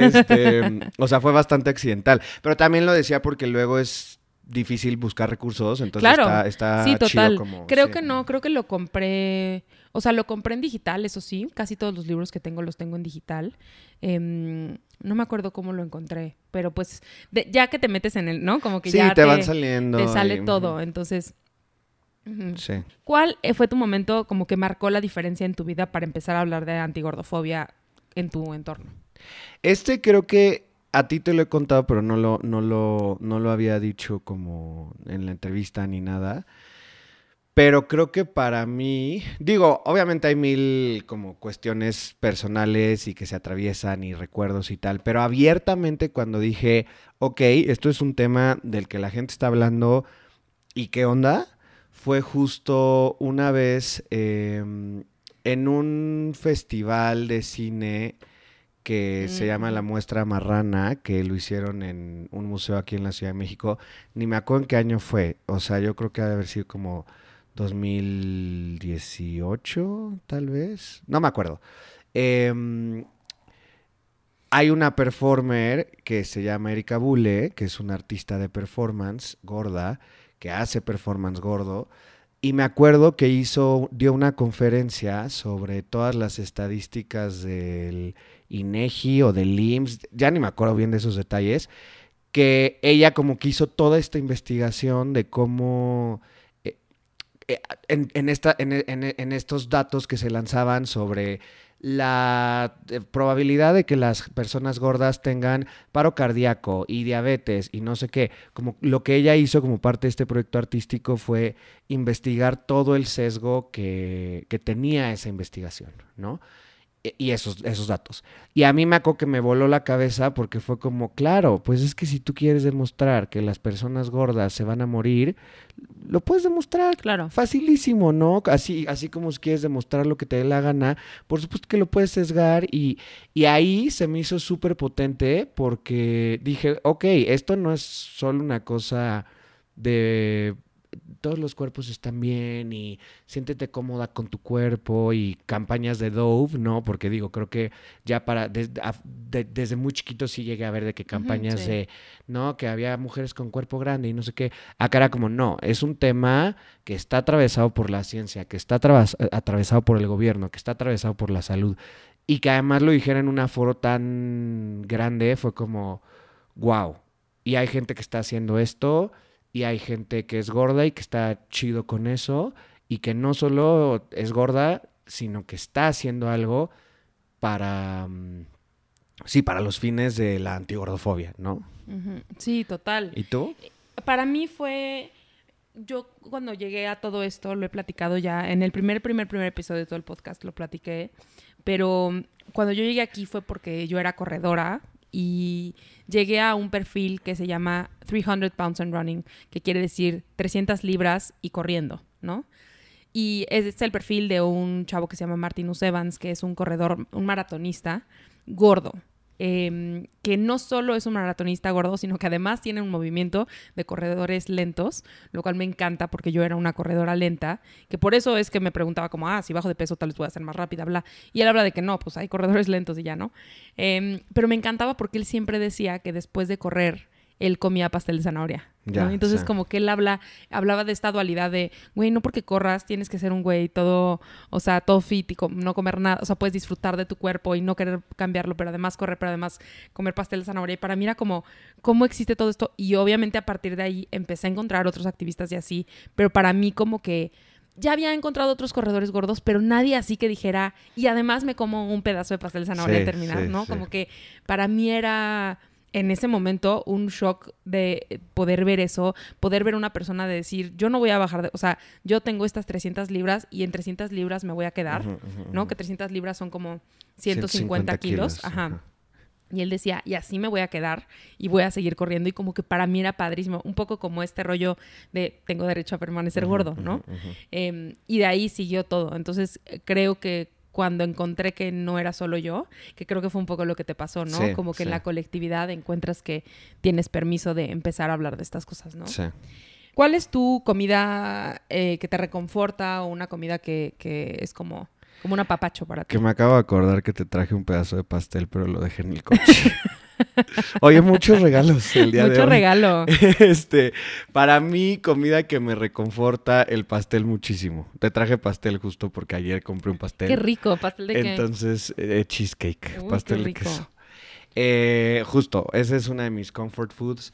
O sea, fue bastante accidental. Pero también lo decía porque luego es difícil buscar recursos, entonces está sí, total. chido como... Creo que lo compré, o sea, lo compré en digital, eso sí. Casi todos los libros que tengo los tengo en digital. No me acuerdo cómo lo encontré, pero pues ya que te metes en el, ¿no? Como que ya te van saliendo. Te sale todo, entonces... Sí. ¿Cuál fue tu momento como que marcó la diferencia en tu vida para empezar a hablar de antigordofobia en tu entorno? Creo que a ti te lo he contado, pero no lo había dicho como en la entrevista ni nada. Pero creo que para mí, digo, obviamente hay mil como cuestiones personales y que se atraviesan y recuerdos y tal, pero abiertamente cuando dije, ok, esto es un tema del que la gente está hablando y qué onda, fue justo una vez en un festival de cine que se llama La Muestra Marrana, que lo hicieron en un museo aquí en la Ciudad de México. Ni me acuerdo en qué año fue, o sea, yo creo que ha de haber sido como 2018, tal vez. No me acuerdo. Hay una performer que se llama Erika Bule, que es una artista de performance gorda, que hace performance gordo. Y me acuerdo que dio una conferencia sobre todas las estadísticas del INEGI o del IMSS, ya ni me acuerdo bien de esos detalles, que ella como que hizo toda esta investigación de cómo en estos datos que se lanzaban sobre la probabilidad de que las personas gordas tengan paro cardíaco y diabetes y no sé qué, como lo que ella hizo como parte de este proyecto artístico fue investigar todo el sesgo que tenía esa investigación, ¿no? Y esos datos. Y a mí me acuerdo que me voló la cabeza porque fue como, claro, pues es que si tú quieres demostrar que las personas gordas se van a morir, lo puedes demostrar Claro. facilísimo, ¿no? Así como si quieres demostrar lo que te dé la gana, por supuesto que lo puedes sesgar y ahí se me hizo súper potente porque dije, ok, esto no es solo una cosa de todos los cuerpos están bien y siéntete cómoda con tu cuerpo y campañas de Dove, ¿no? Porque digo, creo que ya desde muy chiquito sí llegué a ver de que campañas sí. de, ¿no? Que había mujeres con cuerpo grande y no sé qué. Acá era como, no, es un tema que está atravesado por la ciencia, que está atravesado por el gobierno, que está atravesado por la salud y que además lo dijera en un aforo tan grande, fue como, wow. Y hay gente que está haciendo esto y hay gente que es gorda y que está chido con eso y que no solo es gorda, sino que está haciendo algo para, sí, para los fines de la antigordofobia, ¿no? Uh-huh. Sí, total. ¿Y tú? Para mí fue... Yo cuando llegué a todo esto, lo he platicado ya, en el primer episodio de todo el podcast lo platiqué, pero cuando yo llegué aquí fue porque yo era corredora y llegué a un perfil que se llama 300 pounds and running, que quiere decir 300 libras y corriendo, ¿no? Y es el perfil de un chavo que se llama Martinus Evans, que es un corredor, un maratonista gordo. Que no solo es un maratonista gordo, sino que además tiene un movimiento de corredores lentos, lo cual me encanta porque yo era una corredora lenta, que por eso es que me preguntaba como, si bajo de peso tal vez voy a ser más rápida, bla. Y él habla de que no, pues hay corredores lentos y ya, ¿no? Pero me encantaba porque él siempre decía que después de correr, él comía pastel de zanahoria, ¿no? Ya, Entonces sí. como que él hablaba de esta dualidad de, güey, no porque corras tienes que ser un güey todo, o sea, todo fit y no comer nada, o sea, puedes disfrutar de tu cuerpo y no querer cambiarlo, pero además correr, pero además comer pastel de zanahoria. Y para mí era como, ¿cómo existe todo esto? Y obviamente a partir de ahí empecé a encontrar otros activistas y así, pero para mí como que ya había encontrado otros corredores gordos, pero nadie así que dijera, y además me como un pedazo de pastel de zanahoria al terminar, ¿no? Sí. Como que para mí era... En ese momento, un shock de poder ver eso, poder ver una persona de decir, yo no voy a bajar de... O sea, yo tengo estas 300 libras y en 300 libras me voy a quedar, ¿no? Que 300 libras son como 150 kilos. Ajá. Y él decía, y así me voy a quedar y voy a seguir corriendo. Y como que para mí era padrísimo. Un poco como este rollo de tengo derecho a permanecer gordo, ¿no? Y de ahí siguió todo. Entonces, creo que cuando encontré que no era solo yo, que creo que fue un poco lo que te pasó, ¿no? Sí, como que sí. en la colectividad encuentras que tienes permiso de empezar a hablar de estas cosas, ¿no? Sí. ¿Cuál es tu comida que te reconforta o una comida que es como un apapacho para ti? Que me acabo de acordar que te traje un pedazo de pastel, pero lo dejé en el coche. Oye, muchos regalos el día de hoy. Mucho regalo. Para mí, comida que me reconforta, el pastel muchísimo. Te traje pastel justo porque ayer compré un pastel. Qué rico, ¿pastel de qué? Entonces, cheesecake, Uy, pastel qué de rico. queso. Justo, esa es una de mis comfort foods.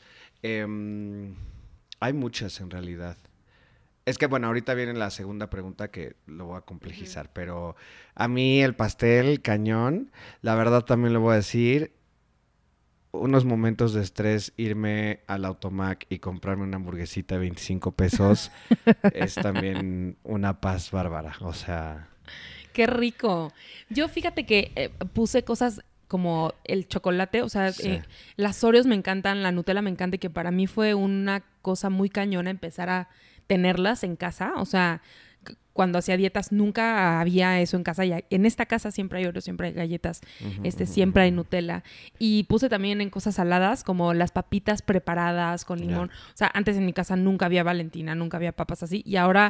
Hay muchas en realidad. Es que, bueno, ahorita viene la segunda pregunta que lo voy a complejizar, pero a mí el pastel, cañón, la verdad también lo voy a decir, unos momentos de estrés, irme al Automac y comprarme una hamburguesita de 25 pesos es también una paz bárbara, o sea... Qué rico. Yo fíjate que puse cosas como el chocolate, o sea, Sí. las Oreos me encantan, la Nutella me encanta y que para mí fue una cosa muy cañona empezar a tenerlas en casa, o sea, cuando hacía dietas nunca había eso en casa y en esta casa siempre hay Oreos, siempre hay galletas, siempre hay Nutella y puse también en cosas saladas como las papitas preparadas con limón, o sea, antes en mi casa nunca había Valentina, nunca había papas así y ahora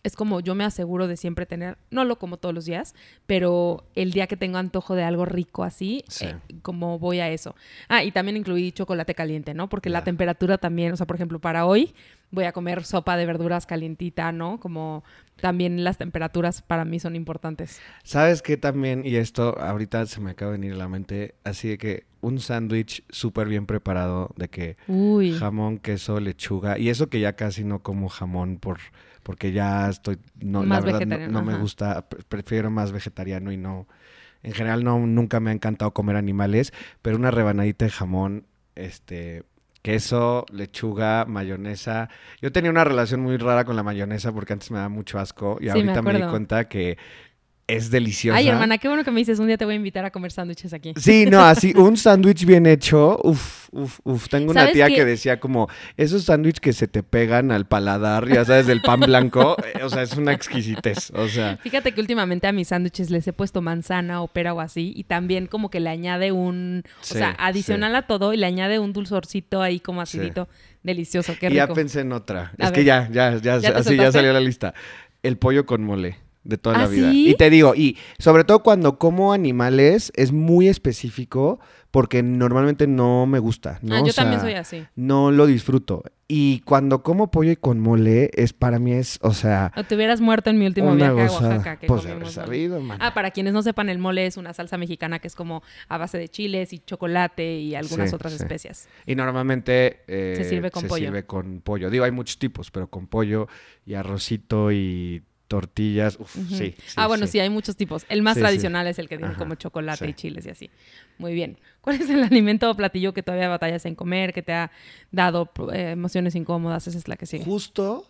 es como yo me aseguro de siempre tener, no lo como todos los días, pero el día que tengo antojo de algo rico así, Sí. como voy a eso. Ah, y también incluí chocolate caliente, ¿no? Porque la Ya. temperatura también, o sea, por ejemplo, para hoy voy a comer sopa de verduras calientita, ¿no? Como también las temperaturas para mí son importantes. ¿Sabes qué también? Y esto ahorita se me acaba de venir a la mente. Así de que un sándwich súper bien preparado de que Uy, jamón, queso, lechuga. Y eso que ya casi no como jamón porque ya estoy... No, la más verdad vegetariano. no me Ajá. gusta. Prefiero más vegetariano y no... En general nunca me ha encantado comer animales. Pero una rebanadita de jamón, queso, lechuga, mayonesa. Yo tenía una relación muy rara con la mayonesa porque antes me daba mucho asco. Y Sí, me ahorita me di acuerdo. cuenta que es Ay, deliciosa. hermana, qué bueno que me dices. Un día te voy a invitar a comer sándwiches aquí. Sí, no, así un sándwich bien hecho, uf, uf, uf. Tengo una ¿Sabes tía que qué? decía como, esos sándwiches que se te pegan al paladar, ya sabes, del pan blanco, o sea, es una exquisitez, o sea, Fíjate que últimamente a mis sándwiches les he puesto manzana o pera o así y también como que le añade o sí, sea, adicional a todo y le añade un dulzorcito ahí como sí. acidito. Delicioso, qué Y ya rico. pensé en otra, A es que ver, ya, ¿ya te así ya soltaste? salió la lista. El pollo con mole. De toda ¿Ah, la vida. sí? Y te digo, y sobre todo cuando como animales es muy específico porque normalmente no me gusta, Ah, ¿no? O yo también soy sea, así. no lo disfruto. Y cuando como pollo y con mole, para mí es, o sea, O te hubieras muerto en mi último una viaje a gozada. Oaxaca que Pues de haber comimos mole. sabido, man. Ah, para quienes no sepan, el mole es una salsa mexicana que es como a base de chiles y chocolate y algunas Sí, otras sí. especias. Y normalmente Se sirve con pollo. sirve con pollo. Digo, hay muchos tipos, pero con pollo y arrocito y tortillas. Uf, Ujú. sí, Ah, bueno, sí. sí, hay muchos tipos. El más Sí, sí. tradicional es el que tiene Ajá, como chocolate sí. y chiles y así. Muy bien. ¿Cuál es el alimento o platillo que todavía batallas en comer, que te ha dado emociones incómodas? Esa es la que sigue. Justo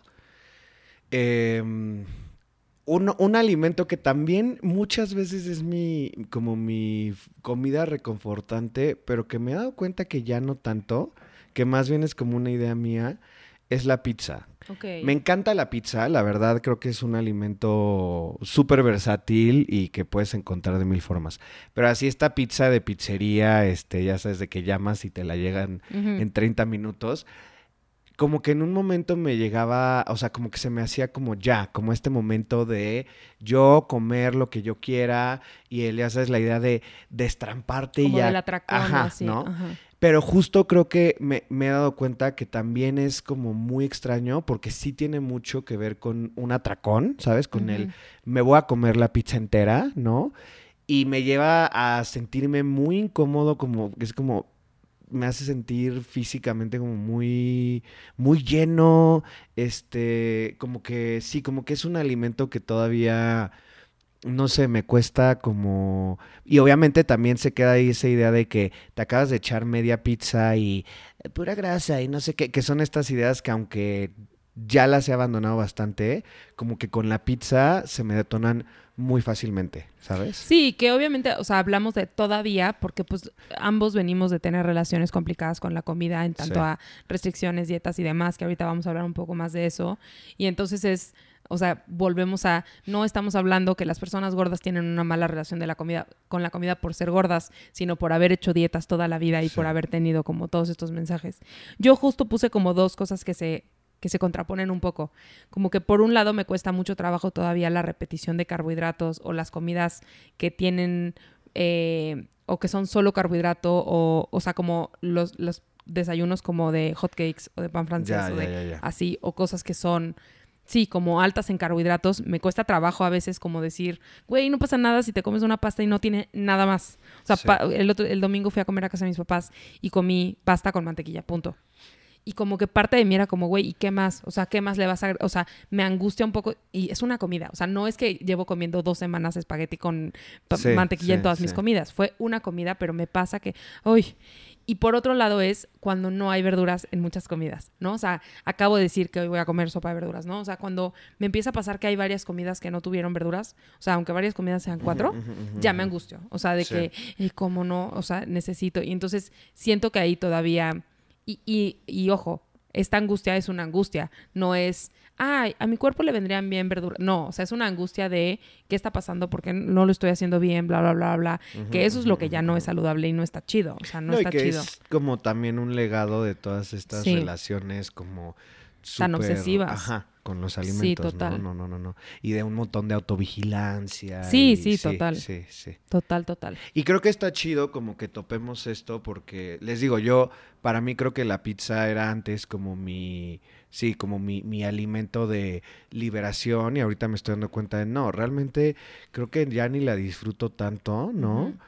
un alimento que también muchas veces es como mi comida reconfortante, pero que me he dado cuenta que ya no tanto, que más bien es como una idea mía, es la pizza. Ok. Me encanta la pizza, la verdad creo que es un alimento súper versátil y que puedes encontrar de mil formas. Pero así esta pizza de pizzería, ya sabes, de que llamas y te la llegan Ujú. en 30 minutos, como que en un momento me llegaba, o sea, como que se me hacía como este momento de yo comer lo que yo quiera y ya sabes, la idea de destramparte y Como del ya, atracón o ajá, así. ¿no? Ajá. Pero justo creo que me he dado cuenta que también es como muy extraño porque sí tiene mucho que ver con un atracón, ¿sabes? Con el Ujú. me voy a comer la pizza entera, ¿no? Y me lleva a sentirme muy incómodo, como es como me hace sentir físicamente como muy lleno, como que sí, como que es un alimento que todavía no sé, me cuesta como... Y obviamente también se queda ahí esa idea de que te acabas de echar media pizza y pura grasa y no sé qué, que son estas ideas que aunque ya las he abandonado bastante, como que con la pizza se me detonan muy fácilmente, ¿sabes? Sí, que obviamente, o sea, hablamos de todavía, porque pues ambos venimos de tener relaciones complicadas con la comida en Sí. tanto a restricciones, dietas y demás, que ahorita vamos a hablar un poco más de eso. Y entonces o sea, volvemos no estamos hablando que las personas gordas tienen una mala relación de la comida, con la comida por ser gordas, sino por haber hecho dietas toda la vida y Sí. por haber tenido como todos estos mensajes. Yo justo puse como dos cosas que se contraponen un poco. Como que por un lado me cuesta mucho trabajo todavía la repetición de carbohidratos o las comidas que tienen o que son solo carbohidrato o sea, como los desayunos como de hot cakes o de pan francés Ya, o ya, de ya, ya. así, o cosas que son, sí, como altas en carbohidratos. Me cuesta trabajo a veces como decir, güey, no pasa nada si te comes una pasta y no tiene nada más. O sea, Sí. el domingo fui a comer a casa de mis papás y comí pasta con mantequilla, punto. Y como que parte de mí era como, güey, ¿y qué más? O sea, ¿qué más le vas a...? O sea, me angustia un poco. Y es una comida. O sea, no es que llevo comiendo 2 semanas espagueti con Sí, mantequilla en sí, todas sí. mis comidas. Fue una comida, pero me pasa que... ¡Uy! Y por otro lado es cuando no hay verduras en muchas comidas, ¿no? O sea, acabo de decir que hoy voy a comer sopa de verduras, ¿no? O sea, cuando me empieza a pasar que hay varias comidas que no tuvieron verduras, o sea, aunque varias comidas sean 4, ya me angustio. O sea, de Sí. que, ¿cómo no? O sea, necesito. Y entonces siento que ahí todavía... Y ojo, esta angustia es una angustia, no es, ay, a mi cuerpo le vendrían bien verduras. No, o sea, es una angustia de qué está pasando, porque no lo estoy haciendo bien, bla, bla, bla, bla. Que eso es lo que ya no es saludable y no está chido. O sea, no No, y está que chido. es como también un legado de todas estas Sí. relaciones como tan obsesivas. Ajá, con los alimentos, Sí, total. No. Y de un montón de autovigilancia. Sí, y, total. Sí. Total. Y creo que está chido como que topemos esto porque, les digo, para mí creo que la pizza era antes como mi alimento de liberación y ahorita me estoy dando cuenta de, no, realmente creo que ya ni la disfruto tanto, ¿no? Ujú.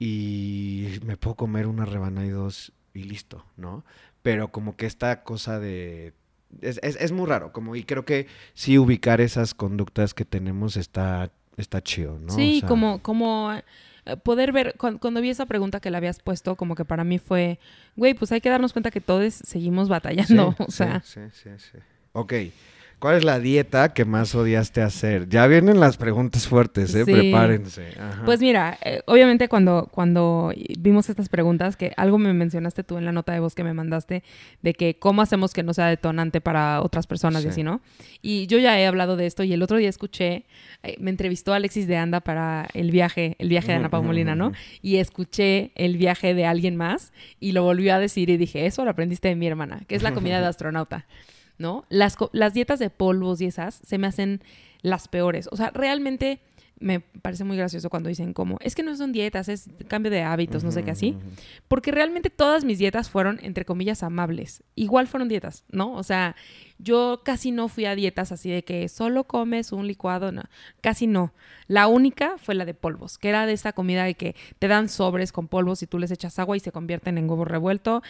Y me puedo comer una rebanada y dos y listo, ¿no? Pero como que esta cosa de... Es muy raro, como, y creo que sí ubicar esas conductas que tenemos está chido, ¿no? O Sí, sea, como poder ver, cuando vi esa pregunta que le habías puesto, como que para mí fue, güey, pues hay que darnos cuenta que todos seguimos batallando, o sea. Sí. Ok, ¿cuál es la dieta que más odiaste hacer? Ya vienen las preguntas fuertes, Sí. Prepárense. Ajá. Pues mira, obviamente cuando vimos estas preguntas, que algo me mencionaste tú en la nota de voz que me mandaste, de que cómo hacemos que no sea detonante para otras personas y Sí. así, ¿no? Y yo ya he hablado de esto y el otro día escuché, me entrevistó Alexis de Anda para el viaje de Ana Pau Molina, ¿no? Y escuché el viaje de alguien más y lo volvió a decir y dije, eso lo aprendiste de mi hermana, que es la comida de astronauta, ¿no? Las dietas de polvos y esas se me hacen las peores. O sea, realmente me parece muy gracioso cuando dicen como, es que no son dietas, es cambio de hábitos, no sé qué así. Porque realmente todas mis dietas fueron, entre comillas, amables. Igual fueron dietas, ¿no? O sea, yo casi no fui a dietas así de que solo comes un licuado, no. Casi no. La única fue la de polvos, que era de esta comida de que te dan sobres con polvos y tú les echas agua y se convierten en huevo revuelto,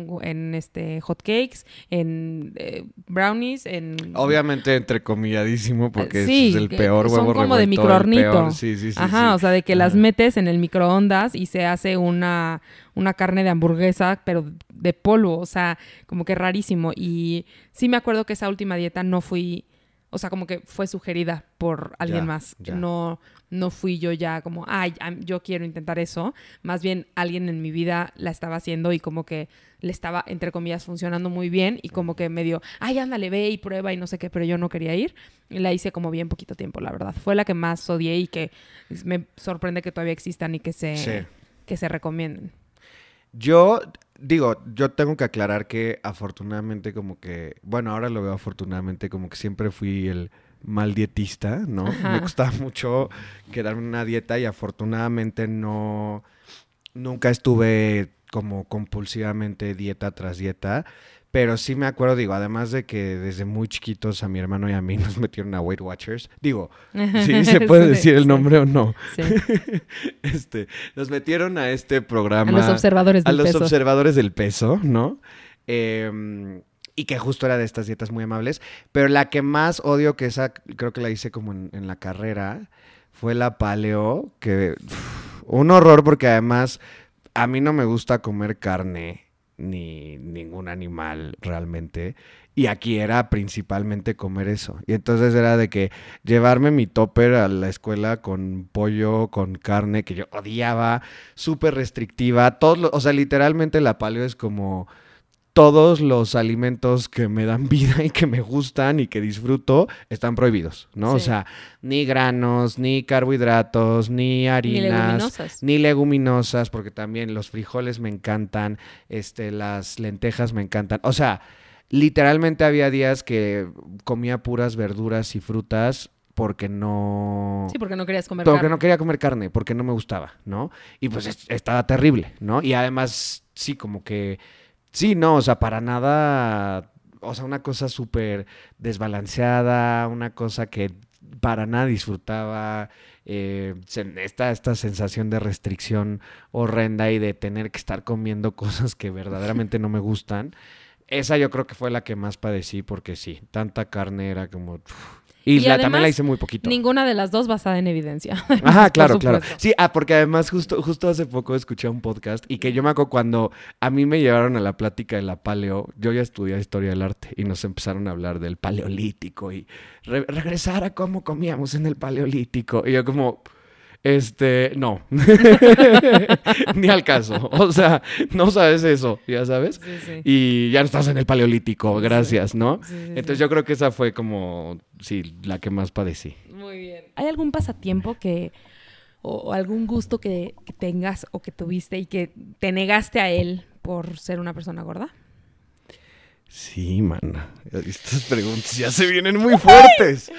en hot cakes, en brownies, en... Obviamente entrecomilladísimo porque sí, es el peor huevo son como de revuelto, microhornito. el peor. Sí. Ajá, o sea, de que las metes en el microondas y se hace una carne de hamburguesa, pero de polvo, o sea, como que rarísimo. Y sí me acuerdo que esa última dieta no fui, o sea, como que fue sugerida por alguien más. Ya. No fui yo ya como, ay, yo quiero intentar eso. Más bien alguien en mi vida la estaba haciendo y como que le estaba, entre comillas, funcionando muy bien y como que me dio, ay, ándale, ve y prueba y no sé qué, pero yo no quería ir. Y la hice como bien poquito tiempo, la verdad. Fue la que más odié y que me sorprende que todavía existan y que se recomienden. Yo tengo que aclarar que afortunadamente como que, bueno, ahora lo veo afortunadamente como que siempre fui el mal dietista, ¿no? Ajá. Me costaba mucho quedarme en una dieta y afortunadamente nunca estuve como compulsivamente dieta tras dieta, pero sí me acuerdo, además de que desde muy chiquitos a mi hermano y a mí nos metieron a Weight Watchers, ¿sí se puede decir el nombre o no? Sí. Nos metieron a este programa. A los observadores del peso. A los observadores del peso, ¿no? Y que justo era de estas dietas muy amables, pero la que más odio, que esa creo que la hice como en la carrera, fue la paleo, que un horror porque además a mí no me gusta comer carne ni ningún animal realmente. Y aquí era principalmente comer eso. Y entonces era de que llevarme mi topper a la escuela con pollo, con carne, que yo odiaba, súper restrictiva. O sea, literalmente la paleo es como todos los alimentos que me dan vida y que me gustan y que disfruto están prohibidos, ¿no? Sí. O sea, ni granos, ni carbohidratos, ni harinas, ni leguminosas, porque también los frijoles me encantan, las lentejas me encantan. O sea, literalmente había días que comía puras verduras y frutas porque no... Sí, porque no querías comer carne. Porque no quería comer carne, porque no me gustaba, ¿no? Y pues estaba terrible, ¿no? Y además, sí, como que... Sí, no, o sea, para nada, o sea, una cosa súper desbalanceada, una cosa que para nada disfrutaba, esta sensación de restricción horrenda y de tener que estar comiendo cosas que verdaderamente no me gustan. Esa yo creo que fue la que más padecí porque sí, tanta carne era como... Y además, también la hice muy poquito. Ninguna de las dos basada en evidencia. Ajá, claro. Sí, porque además justo hace poco escuché un podcast y que yo me acuerdo cuando a mí me llevaron a la plática de la paleo, yo ya estudié historia del arte y nos empezaron a hablar del paleolítico y regresar a cómo comíamos en el paleolítico. Y yo como... no. Ni al caso. O sea, no sabes eso, ya sabes. Sí. Y ya no estás en el paleolítico, gracias, ¿no? Sí. Entonces yo creo que esa fue como, sí, la que más padecí. Muy bien. ¿Hay algún pasatiempo o algún gusto que tengas o que tuviste y que te negaste a él por ser una persona gorda? Sí, mana. Estas preguntas ya se vienen muy fuertes.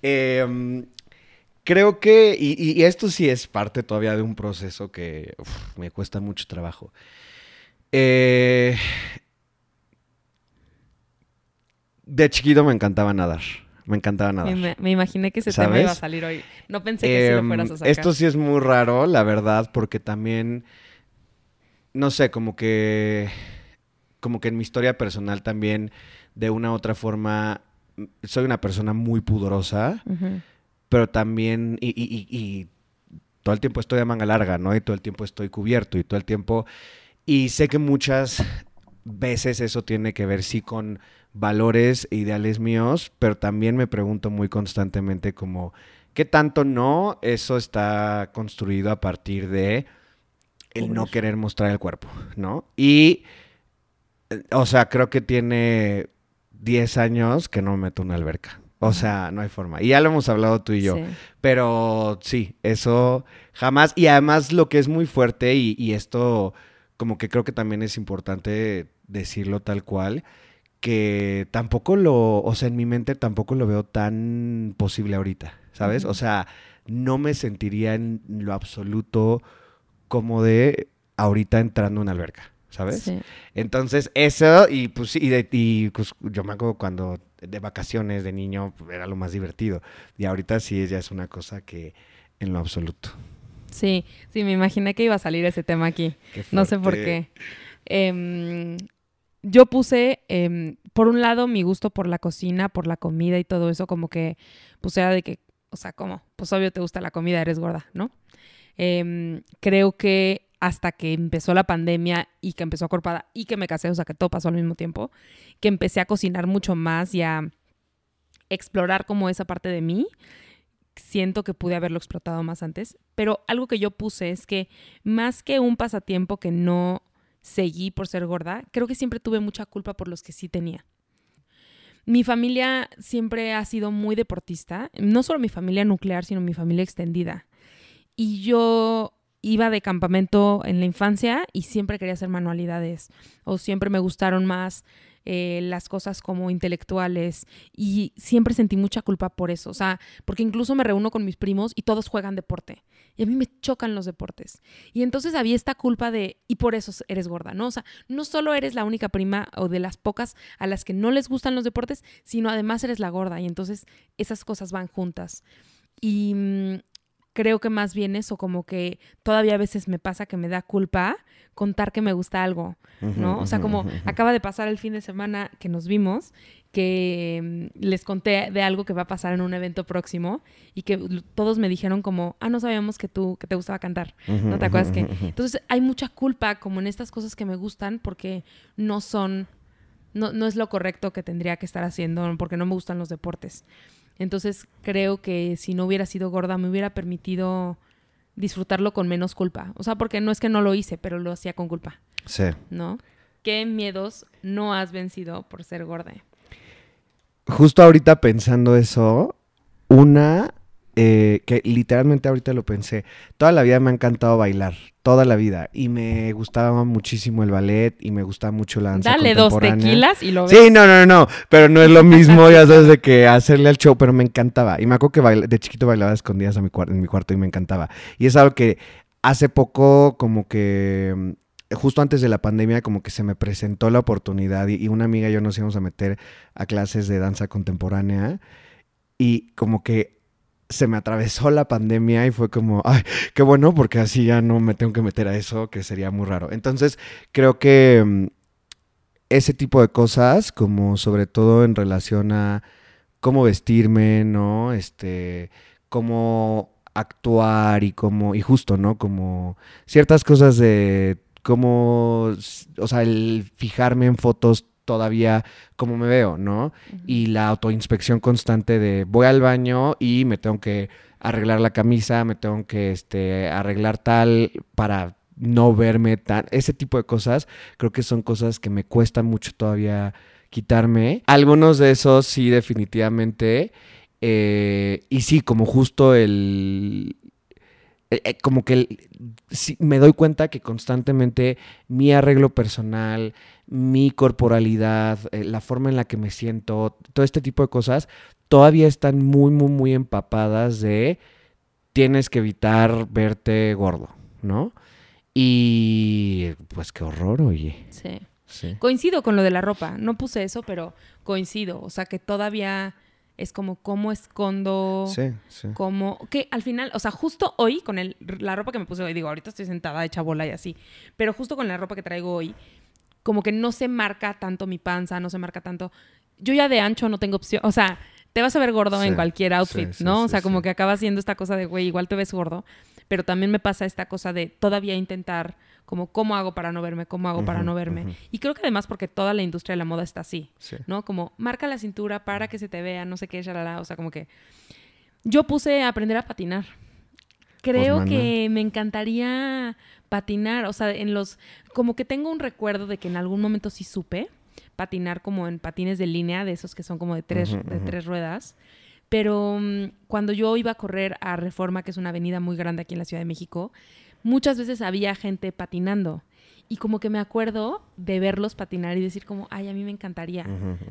Creo que, y esto sí es parte todavía de un proceso que me cuesta mucho trabajo. De chiquito me encantaba nadar. Me encantaba nadar. Me imaginé que ese ¿Sabes? tema iba a salir hoy. No pensé que sí lo fueras a sacar. Esto sí es muy raro, la verdad, porque también, no sé, como que en mi historia personal también, de una u otra forma, soy una persona muy pudorosa, Uh-huh. pero también, y todo el tiempo estoy de manga larga, ¿no? Y todo el tiempo estoy cubierto, y todo el tiempo, y sé que muchas veces eso tiene que ver, sí, con valores e ideales míos, pero también me pregunto muy constantemente como, ¿qué tanto no eso está construido a partir de el no Cubrir. querer mostrar el cuerpo, ¿no? Y o sea, creo que tiene 10 años que no me meto en una alberca. O sea, no hay forma. Y ya lo hemos hablado tú y yo. Sí. Pero sí, eso jamás. Y además lo que es muy fuerte, y esto como que creo que también es importante decirlo tal cual, que tampoco o sea, en mi mente tampoco lo veo tan posible ahorita, ¿sabes? Uh-huh. O sea, no me sentiría en lo absoluto como de ahorita entrando a una alberca, ¿sabes? Sí. Entonces, eso, y pues sí, pues, yo me acuerdo cuando de vacaciones de niño pues, era lo más divertido. Y ahorita sí ya es una cosa que en lo absoluto. Sí, me imaginé que iba a salir ese tema aquí. Qué No sé por fuerte. qué. Yo puse, por un lado, mi gusto por la cocina, por la comida y todo eso, como que, pues era de que, o sea, ¿cómo? Pues obvio te gusta la comida, eres gorda, ¿no? Creo que hasta que empezó la pandemia y que empezó Acorpada y que me casé, o sea, que todo pasó al mismo tiempo, que empecé a cocinar mucho más y a explorar como esa parte de mí. Siento que pude haberlo explotado más antes, pero algo que yo puse es que más que un pasatiempo que no seguí por ser gorda, creo que siempre tuve mucha culpa por los que sí tenía. Mi familia siempre ha sido muy deportista, no solo mi familia nuclear, sino mi familia extendida. Y yo iba de campamento en la infancia y siempre quería hacer manualidades o siempre me gustaron más las cosas como intelectuales y siempre sentí mucha culpa por eso, o sea, porque incluso me reúno con mis primos y todos juegan deporte y a mí me chocan los deportes y entonces había esta culpa de, y por eso eres gorda, ¿no? O sea, no solo eres la única prima o de las pocas a las que no les gustan los deportes, sino además eres la gorda y entonces esas cosas van juntas y creo que más bien eso, como que todavía a veces me pasa que me da culpa contar que me gusta algo, ¿no? O sea, como acaba de pasar el fin de semana que nos vimos, que les conté de algo que va a pasar en un evento próximo y que todos me dijeron como, no sabíamos que te gustaba cantar, ¿no te acuerdas que? Entonces hay mucha culpa como en estas cosas que me gustan porque no es lo correcto que tendría que estar haciendo porque no me gustan los deportes. Entonces creo que si no hubiera sido gorda me hubiera permitido disfrutarlo con menos culpa. O sea, porque no es que no lo hice, pero lo hacía con culpa. Sí. ¿No? ¿Qué miedos no has vencido por ser gorda? Justo ahorita pensando eso, una que literalmente ahorita lo pensé, toda la vida me ha encantado bailar, toda la vida, y me gustaba muchísimo el ballet y me gustaba mucho la danza Dale 2 contemporánea. tequilas y lo ves. Sí, no, pero no es lo mismo, ya sabes, de que hacerle al show, pero me encantaba. Y me acuerdo que de chiquito bailaba a escondidas en mi cuarto y me encantaba. Y es algo que hace poco como que justo antes de la pandemia como que se me presentó la oportunidad y una amiga y yo nos íbamos a meter a clases de danza contemporánea y como que se me atravesó la pandemia y fue como, ay, qué bueno, porque así ya no me tengo que meter a eso, que sería muy raro. Entonces, creo que ese tipo de cosas, como sobre todo en relación a cómo vestirme, ¿no? Cómo actuar y justo, ¿no? Como ciertas cosas de cómo, o sea, el fijarme en fotos todavía cómo me veo, ¿no? Uh-huh. Y la autoinspección constante de voy al baño y me tengo que arreglar la camisa, me tengo que arreglar tal para no verme tan... Ese tipo de cosas creo que son cosas que me cuestan mucho todavía quitarme. Algunos de esos sí, definitivamente. Y sí, como justo como que sí, me doy cuenta que constantemente mi arreglo personal, mi corporalidad, la forma en la que me siento, todo este tipo de cosas, todavía están muy, muy, muy empapadas de tienes que evitar verte gordo, ¿no? Y pues qué horror, oye. Sí. Sí. Coincido con lo de la ropa. No puse eso, pero coincido. O sea, que todavía es como cómo escondo, Sí, sí. cómo... Que al final, o sea, justo hoy, con la ropa que me puse hoy, digo, ahorita estoy sentada hecha bola y así, pero justo con la ropa que traigo hoy, como que no se marca tanto mi panza, no se marca tanto... Yo ya de ancho no tengo opción, o sea, te vas a ver gordo Sí, en cualquier outfit, sí, ¿no? sí, O sea, como sí. que acaba siendo esta cosa de, güey, igual te ves gordo, pero también me pasa esta cosa de todavía intentar como cómo hago para no verme, cómo hago para no verme. Y creo que además porque toda la industria de la moda está así, Sí. ¿no? Como marca la cintura para que se te vea, no sé qué, shalala, o sea, como que yo puse a aprender a patinar. Creo Pues, que me encantaría patinar, o sea, como que tengo un recuerdo de que en algún momento sí supe patinar como en patines de línea, de esos que son como de tres ruedas. Pero cuando yo iba a correr a Reforma, que es una avenida muy grande aquí en la Ciudad de México, muchas veces había gente patinando. Y como que me acuerdo de verlos patinar y decir como, ay, a mí me encantaría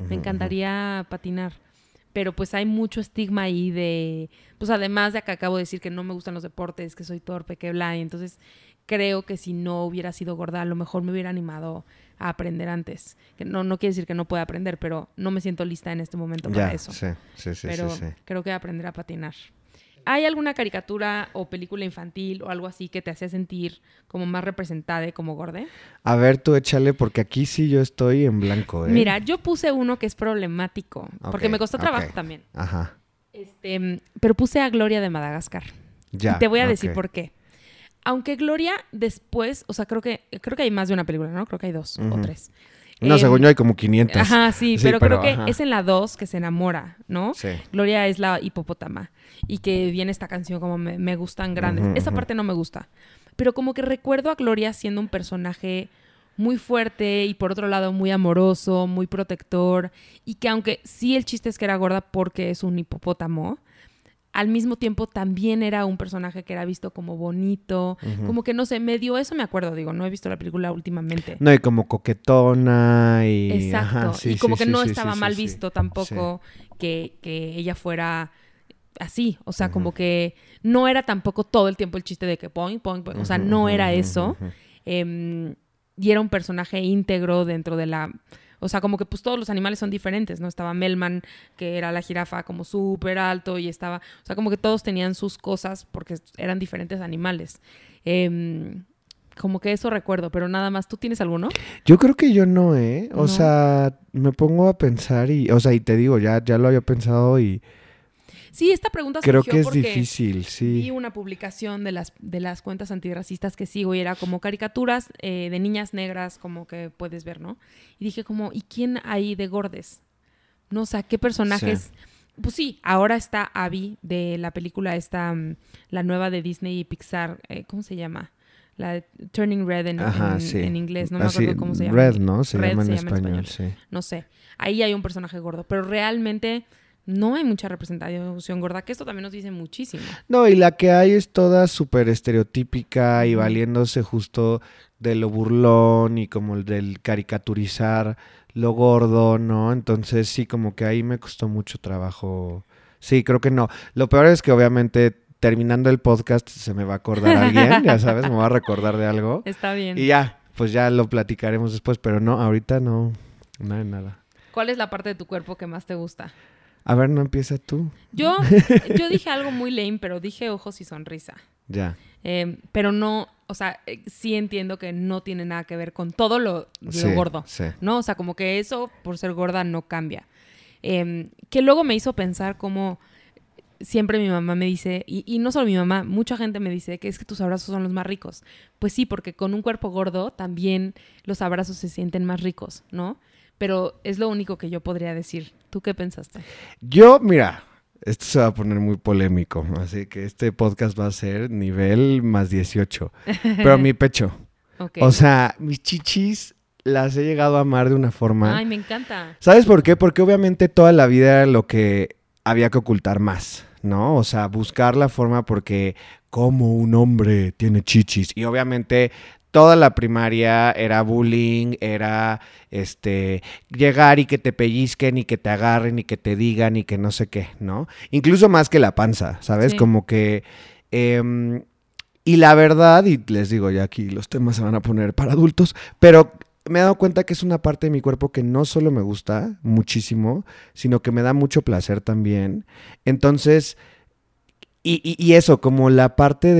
patinar. Pero pues hay mucho estigma ahí de, pues además de que acabo de decir que no me gustan los deportes, que soy torpe, que bla, y entonces creo que si no hubiera sido gorda, a lo mejor me hubiera animado a aprender antes. Que no quiere decir que no pueda aprender, pero no me siento lista en este momento para eso. Sí, Pero sí. creo que aprender a patinar. ¿Hay alguna caricatura o película infantil o algo así que te hacía sentir como más representada como gorda? A ver, tú échale, porque aquí sí yo estoy en blanco, ¿eh? Mira, yo puse uno que es problemático, porque me costó trabajo también. Ajá. Pero puse a Gloria de Madagascar. Ya. Y te voy a decir por qué. Aunque Gloria después, o sea, creo que hay más de una película, ¿no? Creo que hay 2 o 3. No, según yo hay como 500. Ajá, sí, pero creo que es en la 2 que se enamora, ¿no? Sí. Gloria es la hipopótama. Y que viene esta canción como me gustan grandes. Esa parte no me gusta. Pero como que recuerdo a Gloria siendo un personaje muy fuerte y por otro lado muy amoroso, muy protector. Y que aunque sí el chiste es que era gorda porque es un hipopótamo, al mismo tiempo también era un personaje que era visto como bonito, como que no sé, medio eso me acuerdo, digo, no he visto la película últimamente. No, y como coquetona y... Exacto, Ajá, sí, y como sí, que no sí, estaba sí, mal sí, visto tampoco que ella fuera así, o sea, como que no era tampoco todo el tiempo el chiste de que point, o sea, no era eso. Y era un personaje íntegro dentro de la... O sea, como que pues todos los animales son diferentes, ¿no? Estaba Melman, que era la jirafa como súper alto y estaba... O sea, como que todos tenían sus cosas porque eran diferentes animales. Como que eso recuerdo, pero nada más. ¿Tú tienes alguno? Yo creo que yo no, ¿eh? O ¿No? sea, me pongo a pensar y... O sea, y te digo, ya lo había pensado y... Sí, esta pregunta Creo surgió que es porque difícil, sí. vi una publicación de las cuentas antirracistas que sigo y era como caricaturas de niñas negras como que puedes ver, ¿no? Y dije como, ¿y quién hay de gordes? No, o sea, ¿qué personajes? Sí. Pues sí, ahora está Abby de la película esta, la nueva de Disney y Pixar, ¿cómo se llama? La de Turning Red en inglés, no me acuerdo cómo se llama. Red, ¿no? Se Red llama en español, sí. No sé, ahí hay un personaje gordo, pero realmente... No hay mucha representación gorda, que esto también nos dice muchísimo. No, y la que hay es toda súper estereotípica y valiéndose justo de lo burlón y como del caricaturizar lo gordo, ¿no? Entonces sí, como que ahí me costó mucho trabajo. Sí, creo que no. Lo peor es que obviamente terminando el podcast se me va a acordar alguien, ya sabes, me va a recordar de algo. Está bien. Y ya, pues ya lo platicaremos después, pero no, ahorita no, nada. ¿Cuál es la parte de tu cuerpo que más te gusta? A ver, no empieza tú. Yo dije algo muy lame, pero dije ojos y sonrisa. Ya. Pero no, o sea, sí entiendo que no tiene nada que ver con todo lo gordo, sí. ¿no? O sea, como que eso por ser gorda no cambia. Que luego me hizo pensar como siempre mi mamá me dice, y no solo mi mamá, mucha gente me dice que es que tus abrazos son los más ricos. Pues sí, porque con un cuerpo gordo también los abrazos se sienten más ricos, ¿no? Pero es lo único que yo podría decir. ¿Tú qué pensaste? Yo, mira, esto se va a poner muy polémico, así que este podcast va a ser nivel más 18. Pero mi pecho. Okay. O sea, mis chichis las he llegado a amar de una forma. Ay, me encanta. ¿Sabes por qué? Porque obviamente toda la vida era lo que había que ocultar más, ¿no? O sea, buscar la forma porque ¿cómo un hombre tiene chichis? Y obviamente toda la primaria era bullying, era llegar y que te pellizquen y que te agarren y que te digan y que no sé qué, ¿no? Incluso más que la panza, ¿sabes? Sí. Como que... y la verdad, y les digo, ya aquí los temas se van a poner para adultos, pero me he dado cuenta que es una parte de mi cuerpo que no solo me gusta muchísimo, sino que me da mucho placer también. Entonces, y eso, como la parte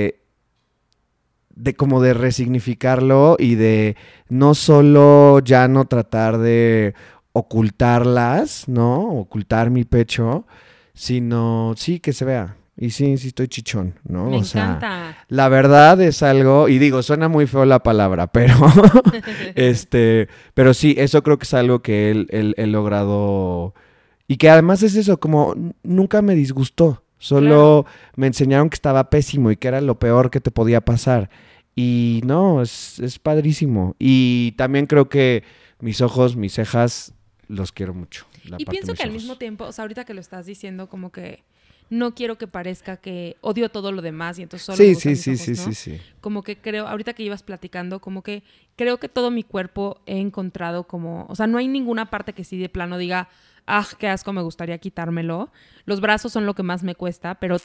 de como de resignificarlo y de no solo ya no tratar de ocultarlas, ¿no? Ocultar mi pecho, sino sí que se vea. Y sí, sí estoy chichón, ¿no? Me O sea, encanta. la verdad es algo, y digo, suena muy feo la palabra, pero pero sí, eso creo que es algo que he logrado y que además es eso, como nunca me disgustó, solo Claro. me enseñaron que estaba pésimo y que era lo peor que te podía pasar. Y no, es padrísimo. Y también creo que mis ojos, mis cejas, los quiero mucho. La Y parte de pienso mis que al mismo ojos. tiempo, o sea, ahorita que lo estás diciendo, como que no quiero que parezca que odio todo lo demás y entonces solo me Sí, gustan sí, mis sí, ojos, sí, sí, ¿no? sí. Como que creo, ahorita que ibas platicando, como que creo que todo mi cuerpo he encontrado como, o sea, no hay ninguna parte que sí de plano diga, ah, qué asco, me gustaría quitármelo. Los brazos son lo que más me cuesta, pero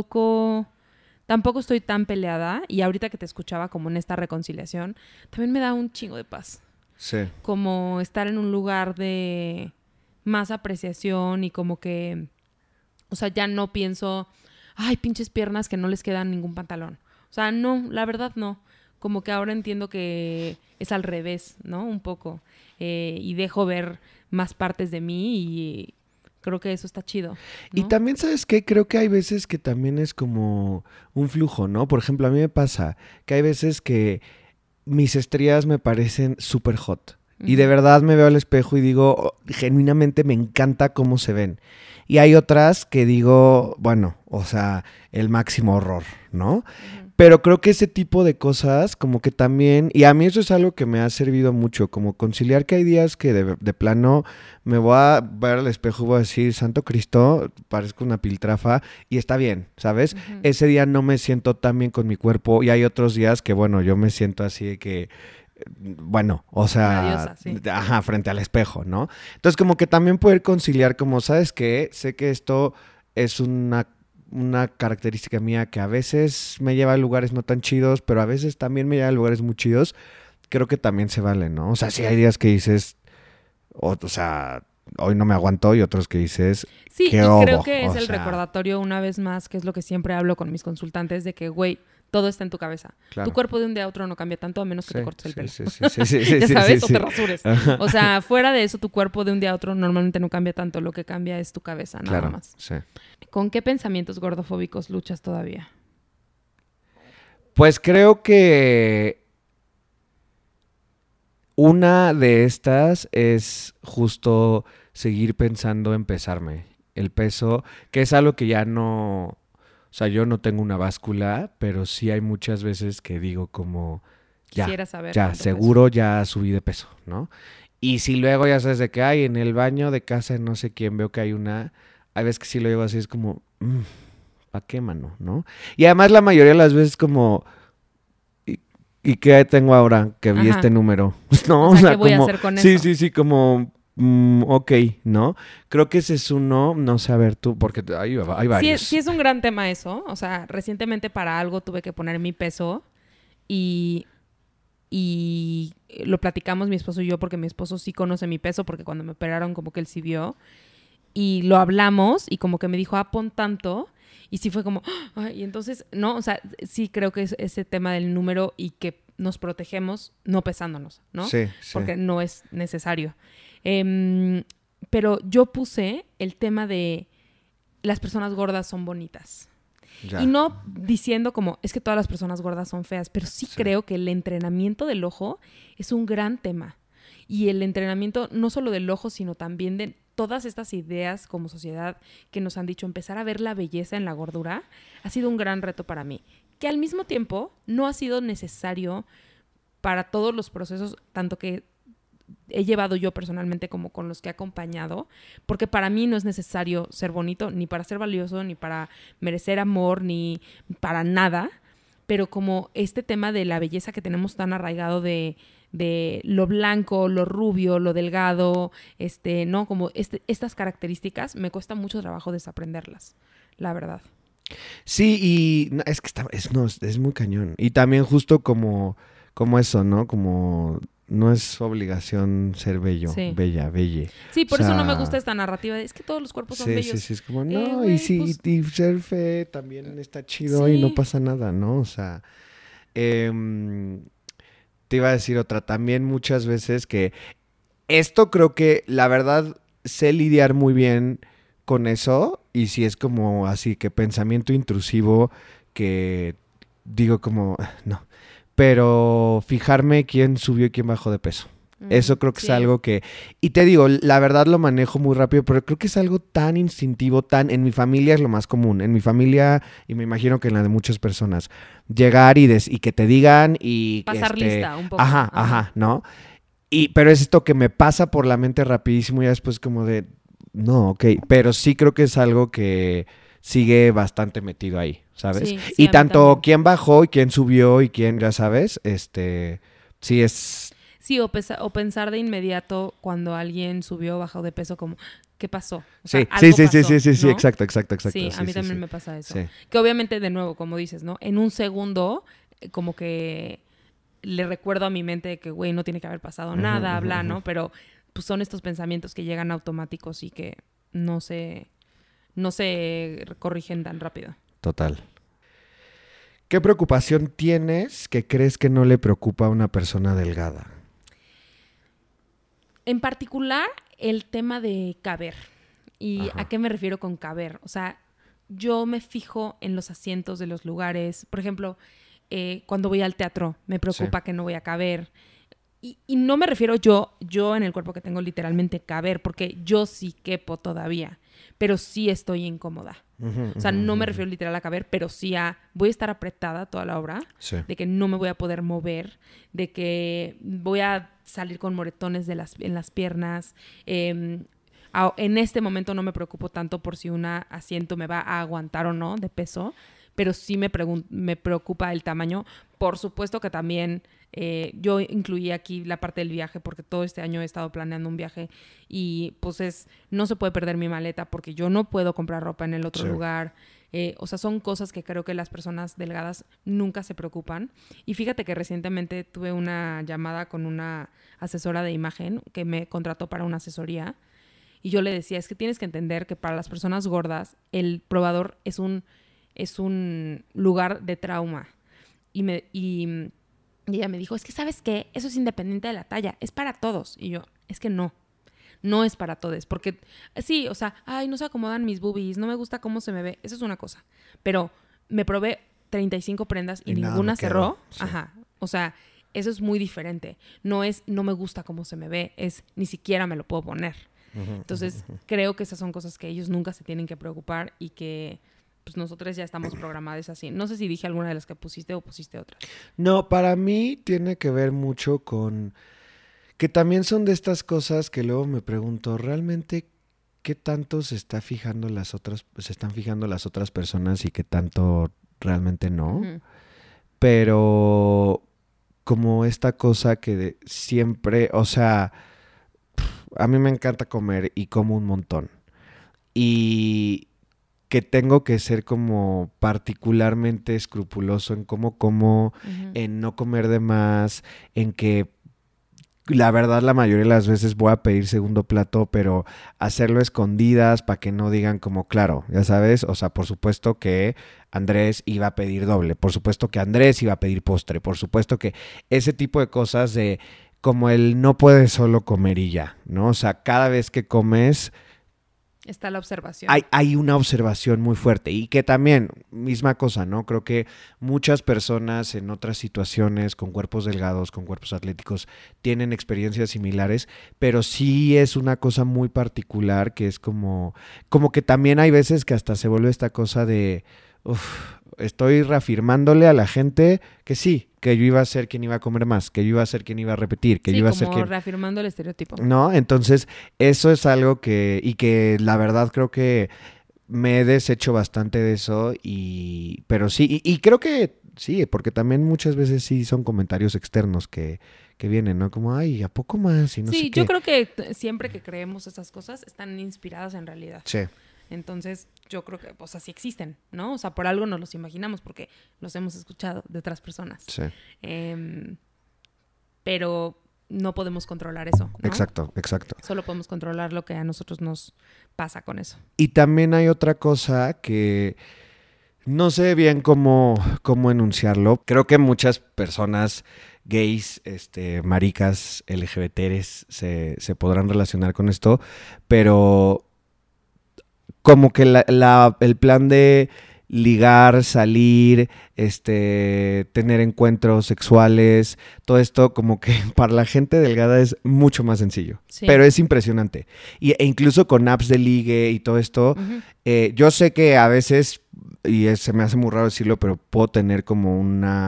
tampoco estoy tan peleada. Y ahorita que te escuchaba como en esta reconciliación, también me da un chingo de paz. Sí. Como estar en un lugar de más apreciación y como que, o sea, ya no pienso, ay, pinches piernas que no les queda ningún pantalón. O sea, no, la verdad no. Como que ahora entiendo que es al revés, ¿no? Un poco. Y dejo ver más partes de mí y creo que eso está chido, Y ¿no? también, ¿sabes qué? Creo que hay veces que también es como un flujo, ¿no? Por ejemplo, a mí me pasa que hay veces que mis estrías me parecen súper hot. Y de Ujú, verdad me veo al espejo y digo, "Oh, genuinamente me encanta cómo se ven". Y hay otras que digo, bueno, o sea, el máximo horror, ¿no? ujú. Pero creo que ese tipo de cosas, como que también, y a mí eso es algo que me ha servido mucho, como conciliar que hay días que de plano me voy a ver al espejo y voy a decir, Santo Cristo, parezco una piltrafa, y está bien, ¿sabes? Ujú. Ese día no me siento tan bien con mi cuerpo, y hay otros días que, bueno, yo me siento así de que, bueno, o Una sea, diosa, sí. ajá, frente al espejo, ¿no? Entonces, como que también poder conciliar, como, ¿sabes qué? Sé que esto es una característica mía que a veces me lleva a lugares no tan chidos, pero a veces también me lleva a lugares muy chidos. Creo que también se vale, ¿no? O sea, sí hay días que dices, o sea, hoy no me aguanto y otros que dices, Sí, qué y creo obo, que es o el sea, recordatorio una vez más, que es lo que siempre hablo con mis consultantes, de que, güey, todo está en tu cabeza. Tu claro. cuerpo de un día a otro no cambia tanto a menos que Sí, te cortes el sí, pelo. sí, sí, sí, sí, sí, Ya sí, sí, sabes, o te sí. rasures. Ajá. O sea, fuera de eso, tu cuerpo de un día a otro normalmente no cambia tanto. Lo que cambia es tu cabeza, nada Claro, más. sí. ¿Con qué pensamientos gordofóbicos luchas todavía? Pues creo que una de estas es justo seguir pensando en pesarme. El peso, que es algo que ya no, o sea, yo no tengo una báscula, pero sí hay muchas veces que digo como, ya, Quisiera saber ya, cuánto peso. seguro ya subí de peso, ¿no? Y si luego ya sabes de que hay en el baño de casa de no sé quién, veo que hay una, hay veces que sí lo llevo así, es como, ¿pa' qué, mano? ¿No? Y además la mayoría de las veces como, ¿y, y qué tengo ahora que vi este Ajá. número? No, O o sea, ¿qué sea, voy a como, hacer con sí, eso? sí, sí, como, ok, ¿no? Creo que ese es uno, no sé, a ver tú, porque hay Sí, sí varios. es un gran tema eso. O sea, recientemente para algo tuve que poner mi peso y, y lo platicamos mi esposo y yo porque mi esposo sí conoce mi peso porque cuando me operaron como que él sí vio. Y lo hablamos y como que me dijo, pon tanto. Y sí fue como, ay, y entonces, no, o sea, sí creo que es ese tema del número y que nos protegemos no pesándonos, ¿no? Sí, sí, Porque no es necesario. Em, pero yo puse el tema de las personas gordas son bonitas. Y ya, no diciendo como, es que todas las personas gordas son feas, pero sí sí, creo que el entrenamiento del ojo es un gran tema. Y el entrenamiento no solo del ojo, sino también de todas estas ideas como sociedad que nos han dicho empezar a ver la belleza en la gordura, ha sido un gran reto para mí. Que al mismo tiempo no ha sido necesario para todos los procesos, tanto que he llevado yo personalmente como con los que he acompañado, porque para mí no es necesario ser bonito, ni para ser valioso, ni para merecer amor, ni para nada, pero como este tema de la belleza que tenemos tan arraigado de lo blanco, lo rubio, lo delgado, ¿no? Como estas características, me cuesta mucho trabajo desaprenderlas, la verdad. Sí, y es que es muy cañón. Y también justo como eso, ¿no? Como no es obligación ser bello, Sí. bella, belle. Sí, por O eso sea, no me gusta esta narrativa de es que todos los cuerpos son bellos. Sí, es como, no, güey, y sí, pues, y ser fe también está chido sí. y no pasa nada, ¿no? O sea, te iba a decir otra, también muchas veces que esto creo que la verdad sé lidiar muy bien con eso y si es como así que pensamiento intrusivo que digo como, no, pero fijarme quién subió y quién bajó de peso. Eso creo que Sí. es algo que... Y te digo, la verdad lo manejo muy rápido, pero creo que es algo tan instintivo, tan... En mi familia es lo más común. En mi familia, y me imagino que en la de muchas personas, llegar y que te digan y... Pasar lista un poco. Ajá, ¿no? Pero es esto que me pasa por la mente rapidísimo y ya después como de... No, ok. Pero sí creo que es algo que sigue bastante metido ahí, ¿sabes? Sí, sí, Y a mí tanto también. quién bajó y quién subió y quién, ya sabes, sí es... Sí, o pensar de inmediato cuando alguien subió o bajó de peso como, ¿qué pasó? O sea, Sí, algo pasó, sí, ¿no? exacto. Sí, a mí Sí, también sí. me pasa eso. Sí. Que obviamente, de nuevo, como dices, ¿no? En un segundo, como que le recuerdo a mi mente que, güey, no tiene que haber pasado nada, bla, ¿no? Pero pues son estos pensamientos que llegan automáticos y que no se corrigen tan rápido. Total. ¿Qué preocupación tienes que crees que no le preocupa a una persona delgada? En particular, el tema de caber. ¿Y Ajá. a qué me refiero con caber? O sea, yo me fijo en los asientos de los lugares. Por ejemplo, cuando voy al teatro, me preocupa que no voy a caber. Y no me refiero yo en el cuerpo que tengo literalmente caber, porque yo sí quepo todavía, pero sí estoy incómoda. O sea, no me refiero literal a caber, pero sí voy a estar apretada toda la obra, Sí. de que no me voy a poder mover, de que voy a salir con moretones en las piernas. En este momento no me preocupo tanto por si un asiento me va a aguantar o no de peso, pero sí me preocupa el tamaño. Por supuesto que también yo incluí aquí la parte del viaje porque todo este año he estado planeando un viaje y pues no se puede perder mi maleta porque yo no puedo comprar ropa en el otro lugar. O sea, son cosas que creo que las personas delgadas nunca se preocupan. Y fíjate que recientemente tuve una llamada con una asesora de imagen que me contrató para una asesoría y yo le decía, es que tienes que entender que para las personas gordas el probador es un lugar de trauma. Y ella me dijo, es que ¿sabes qué? Eso es independiente de la talla, es para todos. Y yo, es que no es para todos. Porque sí, o sea, ay, no se acomodan mis boobies, no me gusta cómo se me ve. Eso es una cosa. Pero me probé 35 prendas y ninguna cerró. Sí. Ajá. O sea, eso es muy diferente. No me gusta cómo se me ve, es ni siquiera me lo puedo poner. Entonces, creo que esas son cosas que ellos nunca se tienen que preocupar y que pues nosotros ya estamos programadas así. No sé si dije alguna de las que pusiste o pusiste otras. No, para mí tiene que ver mucho con que también son de estas cosas que luego me pregunto, ¿realmente qué tanto se están fijando las otras personas y qué tanto realmente no? Uh-huh. Pero como esta cosa que siempre, o sea, a mí me encanta comer y como un montón. Y que tengo que ser como particularmente escrupuloso en cómo como, en no comer de más, en que la verdad la mayoría de las veces voy a pedir segundo plato, pero hacerlo escondidas para que no digan como, claro, ya sabes, o sea, por supuesto que Andrés iba a pedir doble, por supuesto que Andrés iba a pedir postre, por supuesto que ese tipo de cosas de como el no puedes solo comer y ya, ¿no? O sea, cada vez que comes está la observación. Hay una observación muy fuerte y que también, misma cosa, ¿no? Creo que muchas personas en otras situaciones con cuerpos delgados, con cuerpos atléticos, tienen experiencias similares, pero sí es una cosa muy particular que es como que también hay veces que hasta se vuelve esta cosa de, estoy reafirmándole a la gente que sí, que yo iba a ser quien iba a comer más, que yo iba a ser quien iba a repetir, que yo iba a ser como quien... reafirmando el estereotipo. ¿No? Entonces, eso es algo que la verdad creo que me he deshecho bastante de eso, pero sí, y creo que sí, porque también muchas veces sí son comentarios externos que vienen, ¿no? Como, ay, ¿a poco más? Y no sé Sí, qué. yo creo que siempre que creemos esas cosas están inspiradas en realidad. Sí, Entonces, yo creo que, o sea, sí existen, ¿no? O sea, por algo nos los imaginamos porque los hemos escuchado de otras personas. sí. Pero no podemos controlar eso, ¿no? Exacto. Solo podemos controlar lo que a nosotros nos pasa con eso. Y también hay otra cosa que no sé bien cómo enunciarlo. Creo que muchas personas gays, maricas, LGBTs se podrán relacionar con esto, pero como que el plan de ligar, salir, tener encuentros sexuales, todo esto como que para la gente delgada es mucho más sencillo. Sí. Pero es impresionante. E incluso con apps de ligue y todo esto, yo sé que a veces, se me hace muy raro decirlo, pero puedo tener como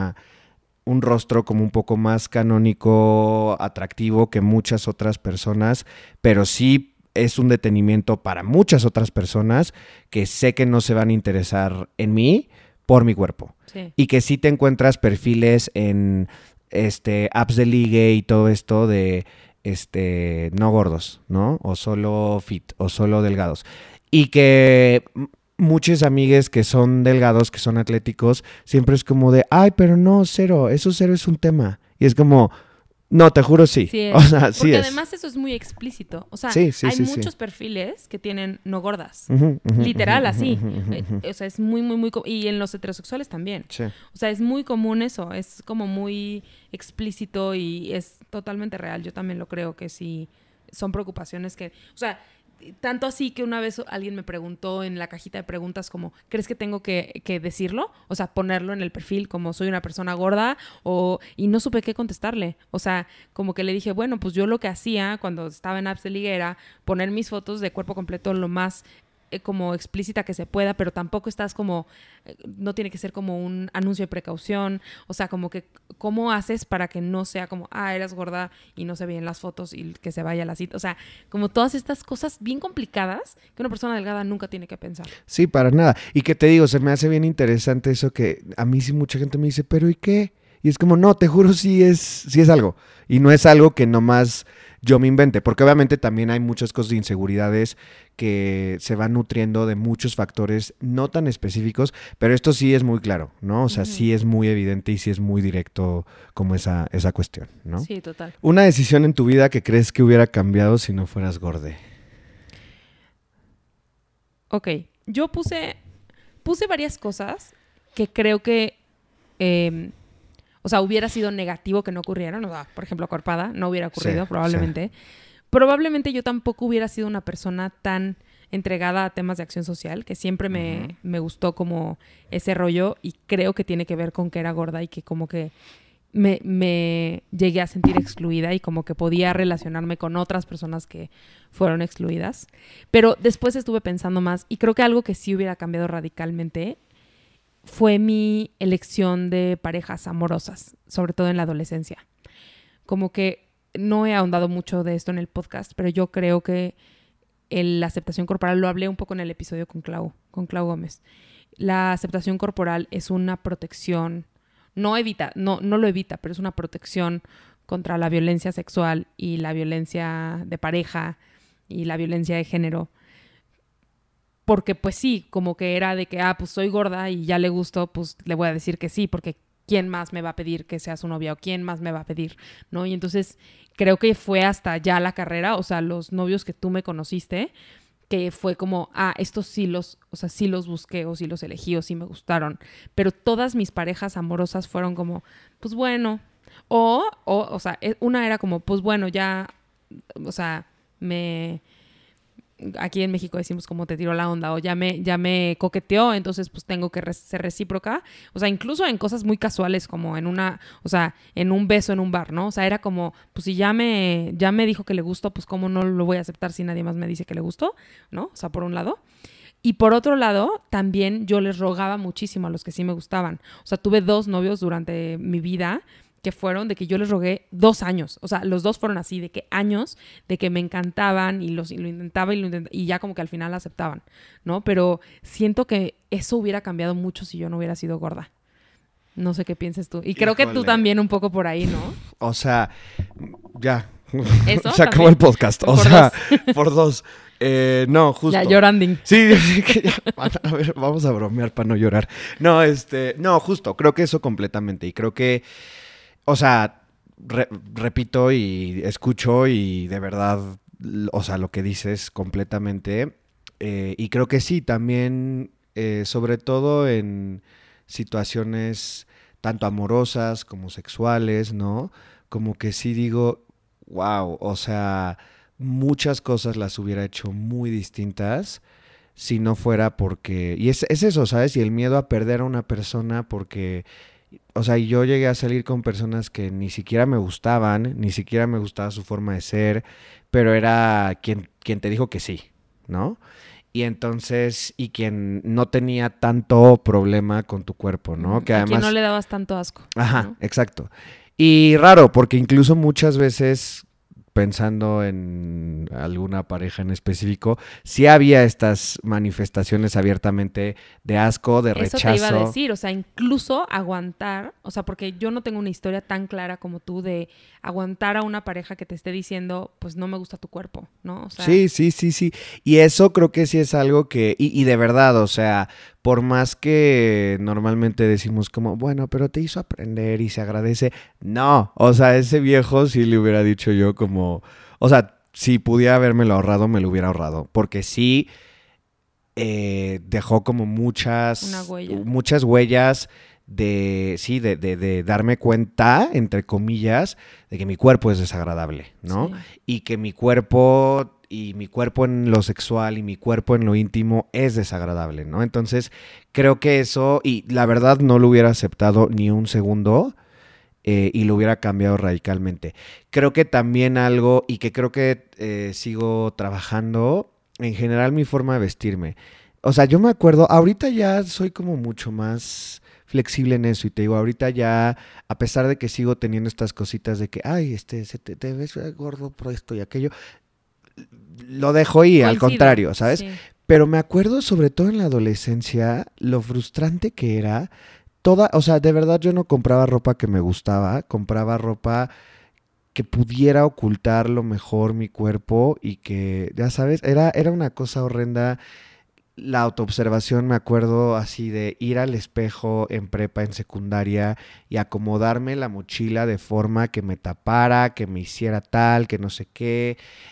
un rostro como un poco más canónico, atractivo que muchas otras personas, pero sí es un detenimiento para muchas otras personas que sé que no se van a interesar en mí por mi cuerpo. Sí. Y que sí te encuentras perfiles en apps de ligue y todo esto de no gordos, ¿no? O solo fit, o solo delgados. Y que muchos amigues que son delgados, que son atléticos, siempre es como de, ay, pero no, cero, eso cero es un tema. Y es como, no, te juro sí. Sí es. O sea, sí porque es. además eso es muy explícito. O sea, Sí, hay sí, muchos perfiles que tienen no gordas. Ujú, ujú, Literal, ujú, así. ujú, ujú, ujú. O sea, es muy, muy, muy... Y en los heterosexuales también. Sí. O sea, es muy común eso. Es como muy explícito y es totalmente real. Yo también lo creo que sí son preocupaciones que... O sea, tanto así que una vez alguien me preguntó en la cajita de preguntas como, ¿crees que tengo que decirlo? O sea, ponerlo en el perfil como soy una persona gorda y no supe qué contestarle. O sea, como que le dije, bueno, pues yo lo que hacía cuando estaba en apps de ligue era poner mis fotos de cuerpo completo lo más como explícita que se pueda, pero tampoco estás como, no tiene que ser como un anuncio de precaución, o sea, como que, ¿cómo haces para que no sea como, eres gorda y no se vean las fotos y que se vaya la cita? O sea, como todas estas cosas bien complicadas que una persona delgada nunca tiene que pensar. Sí, para nada. Y que te digo, se me hace bien interesante eso que a mí sí mucha gente me dice, ¿pero y qué? Y es como, no, te juro, sí es algo. Y no es algo que nomás yo me invente, porque obviamente también hay muchas cosas de inseguridades que se van nutriendo de muchos factores no tan específicos, pero esto sí es muy claro, ¿no? O sea, sí es muy evidente y sí es muy directo como esa cuestión, ¿no? Sí, total. Una decisión en tu vida que crees que hubiera cambiado si no fueras gorda. Ok, yo puse varias cosas que creo que, o sea, hubiera sido negativo que no ocurrieran. O sea, por ejemplo, Corpada no hubiera ocurrido, Sí, probablemente. Probablemente yo tampoco hubiera sido una persona tan entregada a temas de acción social, que siempre me gustó como ese rollo y creo que tiene que ver con que era gorda y que como que me llegué a sentir excluida y como que podía relacionarme con otras personas que fueron excluidas. Pero después estuve pensando más y creo que algo que sí hubiera cambiado radicalmente fue mi elección de parejas amorosas, sobre todo en la adolescencia. Como que no he ahondado mucho de esto en el podcast, pero yo creo que la aceptación corporal, lo hablé un poco en el episodio con Clau Gómez. La aceptación corporal es una protección, no lo evita, pero es una protección contra la violencia sexual y la violencia de pareja y la violencia de género. Porque pues sí, como que era de que, pues soy gorda y ya le gusto, pues le voy a decir que sí, porque ¿quién más me va a pedir que sea su novia? ¿O quién más me va a pedir? ¿No? Y entonces creo que fue hasta ya la carrera, o sea, los novios que tú me conociste, que fue como, estos sí los busqué, o sí los elegí, o sí me gustaron. Pero todas mis parejas amorosas fueron como, pues bueno. O sea, una era como, pues bueno, ya, o sea, aquí en México decimos como te tiró la onda o ya me coqueteó, entonces pues tengo que ser recíproca. O sea, incluso en cosas muy casuales como en un beso en un bar, ¿no? O sea, era como, pues si ya me dijo que le gustó, pues cómo no lo voy a aceptar si nadie más me dice que le gustó, ¿no? O sea, por un lado. Y por otro lado, también yo les rogaba muchísimo a los que sí me gustaban. O sea, tuve 2 novios durante mi vida que fueron de que yo les rogué 2 años. O sea, los 2 fueron así, de que años, de que me encantaban y lo intentaba y ya como que al final aceptaban, ¿no? Pero siento que eso hubiera cambiado mucho si yo no hubiera sido gorda. No sé qué pienses tú. Y creo que tú también un poco por ahí, ¿no? O sea, ya. ¿Eso? Se acabó también. el podcast. O Por sea, 2. por 2. No, justo. Ya, llorando. Sí, sí, que ya. A ver, vamos a bromear para no llorar. No, no, justo. Creo que eso completamente. Y creo que, o sea, repito y escucho y de verdad, o sea, lo que dices completamente. Y creo que sí, también, sobre todo en situaciones tanto amorosas como sexuales, ¿no? Como que sí digo, wow, o sea, muchas cosas las hubiera hecho muy distintas si no fuera porque... Y es eso, ¿sabes? Y el miedo a perder a una persona porque... O sea, yo llegué a salir con personas que ni siquiera me gustaban, ni siquiera me gustaba su forma de ser, pero era quien te dijo que sí, ¿no? Y entonces, y quien no tenía tanto problema con tu cuerpo, ¿no? Que A además... quien no le dabas tanto asco. Ajá, ¿no? exacto. Y raro, porque incluso muchas veces, pensando en alguna pareja en específico, sí había estas manifestaciones abiertamente de asco, de Eso rechazo. te iba a decir, o sea, incluso aguantar, o sea, porque yo no tengo una historia tan clara como tú de aguantar a una pareja que te esté diciendo, pues no me gusta tu cuerpo, ¿no? O sea, Sí, sí, sí, sí. Y eso creo que sí es algo que, y de verdad, o sea, por más que normalmente decimos como, bueno, pero te hizo aprender y se agradece. No, o sea, ese viejo sí le hubiera dicho yo como, o sea, si pudiera habérmelo ahorrado, me lo hubiera ahorrado. Porque sí dejó como una huella. muchas huellas sí, de darme cuenta, entre comillas, de que mi cuerpo es desagradable, ¿no? Sí. Y que mi cuerpo y mi cuerpo en lo sexual y mi cuerpo en lo íntimo es desagradable, ¿no? Entonces, creo que eso, y la verdad no lo hubiera aceptado ni un segundo y lo hubiera cambiado radicalmente. Creo que también algo, y que creo que sigo trabajando, en general mi forma de vestirme. O sea, yo me acuerdo, ahorita ya soy como mucho más flexible en eso y te digo, ahorita ya, a pesar de que sigo teniendo estas cositas de que, ay, te ves gordo por esto y aquello, lo dejo y al Coincido, contrario, ¿sabes? sí. Pero me acuerdo sobre todo en la adolescencia lo frustrante que era toda, o sea, de verdad yo no compraba ropa que me gustaba, compraba ropa que pudiera ocultar lo mejor mi cuerpo y que, ya sabes, era una cosa horrenda. La autoobservación, me acuerdo así de ir al espejo en prepa, en secundaria y acomodarme la mochila de forma que me tapara, que me hiciera tal, que no sé qué,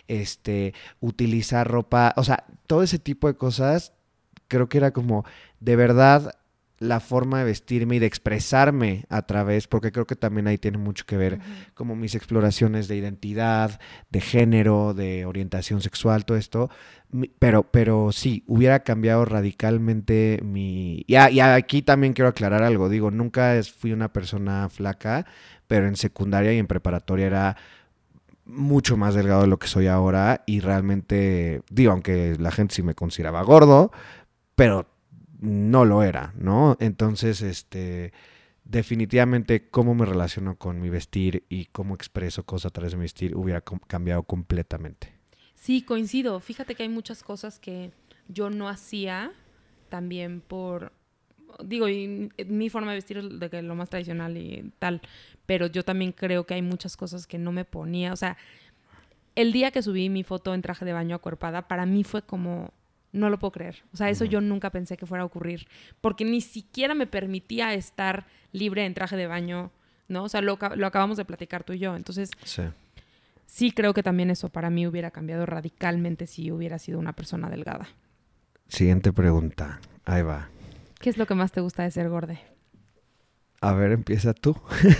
utilizar ropa, o sea, todo ese tipo de cosas, creo que era como de verdad la forma de vestirme y de expresarme a través, porque creo que también ahí tiene mucho que ver Uh-huh. como mis exploraciones de identidad, de género, de orientación sexual, todo esto. Pero sí, hubiera cambiado radicalmente mi... Y aquí también quiero aclarar algo, digo, nunca fui una persona flaca, pero en secundaria y en preparatoria era mucho más delgado de lo que soy ahora y realmente, digo, aunque la gente sí me consideraba gordo, pero no lo era, ¿no? Entonces, definitivamente cómo me relaciono con mi vestir y cómo expreso cosas a través de mi vestir hubiera cambiado completamente. Sí, coincido. Fíjate que hay muchas cosas que yo no hacía también digo, y mi forma de vestir es de que lo más tradicional y tal, pero yo también creo que hay muchas cosas que no me ponía. O sea, el día que subí mi foto en traje de baño acuerpada, para mí fue como, no lo puedo creer. O sea, eso yo nunca pensé que fuera a ocurrir, porque ni siquiera me permitía estar libre en traje de baño, ¿no? O sea, lo acabamos de platicar tú y yo. Entonces, Sí. sí creo que también eso para mí hubiera cambiado radicalmente si hubiera sido una persona delgada. Siguiente pregunta. Ahí va. ¿Qué es lo que más te gusta de ser gorda? A ver, empieza tú.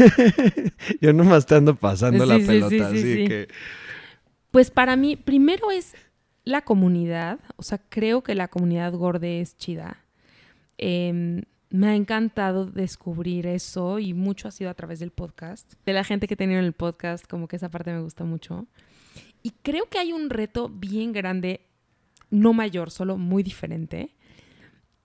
Yo nomás te ando pasando la Sí, pelota, así sí. que... Pues para mí, primero es la comunidad. O sea, creo que la comunidad gorda es chida. Me ha encantado descubrir eso y mucho ha sido a través del podcast. De la gente que he tenido en el podcast, como que esa parte me gusta mucho. Y creo que hay un reto bien grande, no mayor, solo muy diferente,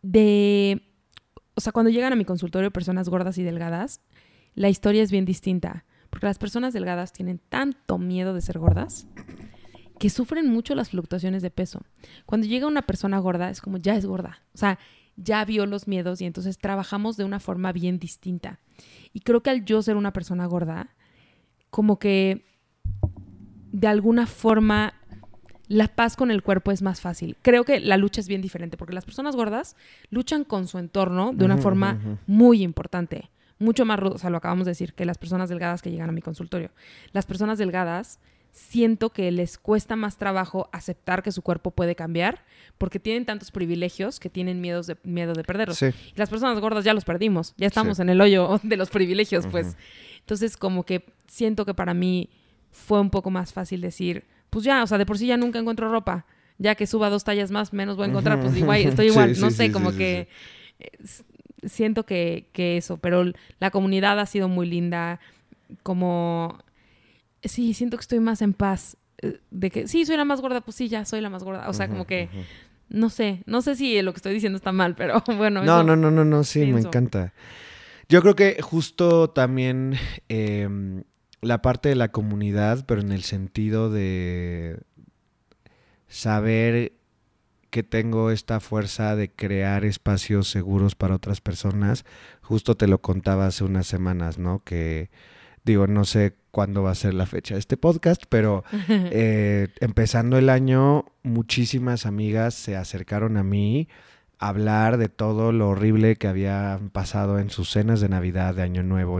O sea, cuando llegan a mi consultorio personas gordas y delgadas, la historia es bien distinta. Porque las personas delgadas tienen tanto miedo de ser gordas que sufren mucho las fluctuaciones de peso. Cuando llega una persona gorda, es como ya es gorda. O sea, ya vio los miedos y entonces trabajamos de una forma bien distinta. Y creo que al yo ser una persona gorda, como que de alguna forma la paz con el cuerpo es más fácil. Creo que la lucha es bien diferente porque las personas gordas luchan con su entorno de una forma muy importante. Mucho más rudo, o sea, lo acabamos de decir, que las personas delgadas que llegan a mi consultorio. Las personas delgadas siento que les cuesta más trabajo aceptar que su cuerpo puede cambiar porque tienen tantos privilegios que tienen miedo de perderlos. Sí. Y las personas gordas ya los perdimos, ya estamos en el hoyo de los privilegios, pues. Entonces, como que siento que para mí fue un poco más fácil decir, pues ya, o sea, de por sí ya nunca encuentro ropa. Ya que suba 2 tallas más, menos voy a encontrar, pues igual, estoy igual, no sé, como que... Siento que eso, pero la comunidad ha sido muy linda, como... Sí, siento que estoy más en paz, de que sí, soy la más gorda, pues sí, ya soy la más gorda, o sea, como que, no sé si lo que estoy diciendo está mal, pero bueno. No, sí, pienso. Me encanta. Yo creo que justo también la parte de la comunidad, pero en el sentido de saber que tengo esta fuerza de crear espacios seguros para otras personas. Justo te lo contaba hace unas semanas, ¿no? Que digo, no sé cuándo va a ser la fecha de este podcast, pero empezando el año, muchísimas amigas se acercaron a mí a hablar de todo lo horrible que había pasado en sus cenas de Navidad, de Año Nuevo,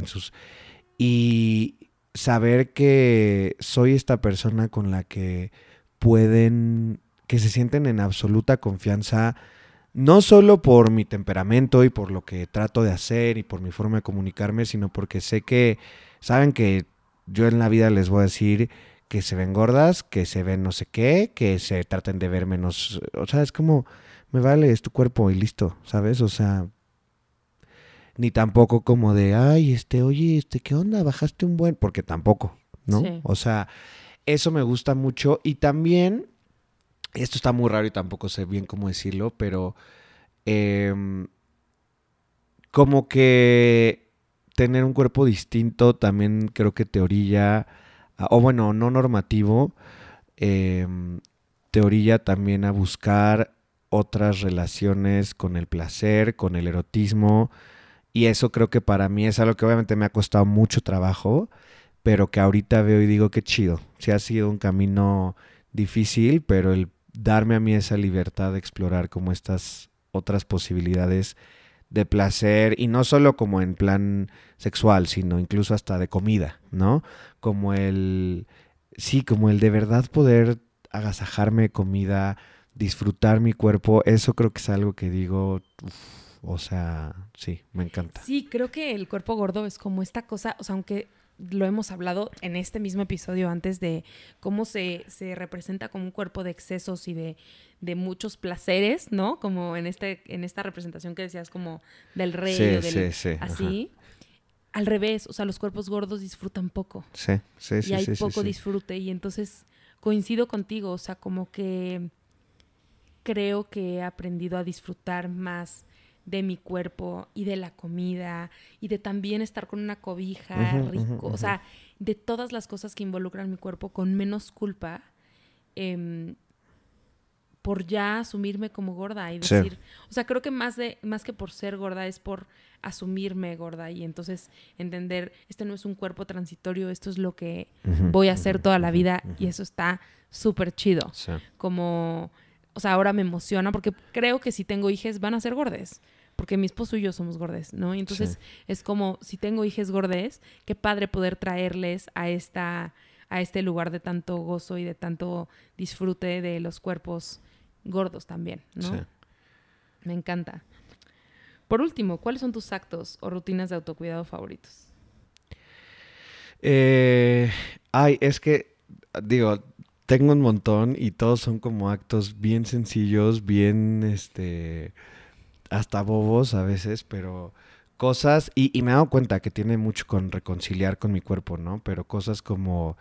y saber que soy esta persona con la que que se sienten en absoluta confianza, no solo por mi temperamento y por lo que trato de hacer y por mi forma de comunicarme, sino porque saben que yo en la vida les voy a decir que se ven gordas, que se ven no sé qué, que se traten de ver menos, o sea, es como, me vale, es tu cuerpo y listo, ¿sabes? O sea, ni tampoco como de, ay, oye, ¿qué onda? Bajaste un buen, porque tampoco, ¿no? Sí. O sea, eso me gusta mucho y también... Esto está muy raro y tampoco sé bien cómo decirlo, pero como que tener un cuerpo distinto también creo que te orilla, o bueno, no normativo, te orilla también a buscar otras relaciones con el placer, con el erotismo, y eso creo que para mí es algo que obviamente me ha costado mucho trabajo, pero que ahorita veo y digo qué chido. Sí ha sido un camino difícil, pero el darme a mí esa libertad de explorar como estas otras posibilidades de placer, y no solo como en plan sexual, sino incluso hasta de comida, ¿no? Como el de verdad poder agasajarme de comida, disfrutar mi cuerpo, eso creo que es algo que digo, o sea, sí, me encanta. Sí, creo que el cuerpo gordo es como esta cosa, o sea, aunque lo hemos hablado en este mismo episodio antes de cómo se representa como un cuerpo de excesos y de muchos placeres, ¿no? Como en esta representación que decías como del rey o del... Sí, así. Ajá. Al revés, o sea, los cuerpos gordos disfrutan poco. Sí. Y hay poco disfrute. Y entonces coincido contigo, o sea, como que creo que he aprendido a disfrutar más de mi cuerpo y de la comida y de también estar con una cobija rico, o sea, de todas las cosas que involucran mi cuerpo con menos culpa, por ya asumirme como gorda y decir, o sea, creo que más que por ser gorda es por asumirme gorda y entonces entender, este no es un cuerpo transitorio, esto es lo que voy a hacer toda la vida y eso está súper chido. Sí. Como... O sea, ahora me emociona porque creo que si tengo hijas van a ser gordes. Porque mi esposo y yo somos gordes, ¿no? Y entonces es como, si tengo hijas gordes, qué padre poder traerles a este lugar de tanto gozo y de tanto disfrute de los cuerpos gordos también, ¿no? Sí. Me encanta. Por último, ¿cuáles son tus actos o rutinas de autocuidado favoritos? Es que, digo... Tengo un montón y todos son como actos bien sencillos, bien, hasta bobos a veces, pero cosas, y me he dado cuenta que tiene mucho con reconciliar con mi cuerpo, ¿no? Pero cosas como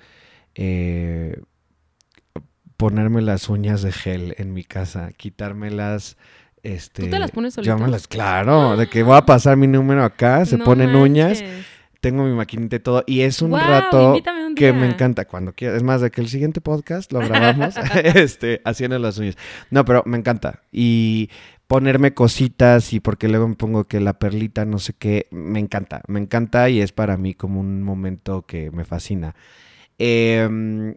ponerme las uñas de gel en mi casa, quitármelas ¿Tú te las pones Yo solito? claro, de que voy a pasar mi número acá, se No ponen uñas, manches. tengo mi maquinita y todo, y es un Guau, rato invítame un que me día. encanta, cuando quieras. Es más, de que el siguiente podcast lo grabamos, haciendo las uñas. No, pero me encanta. Y ponerme cositas, y porque luego me pongo que la perlita, no sé qué, me encanta y es para mí como un momento que me fascina. Em,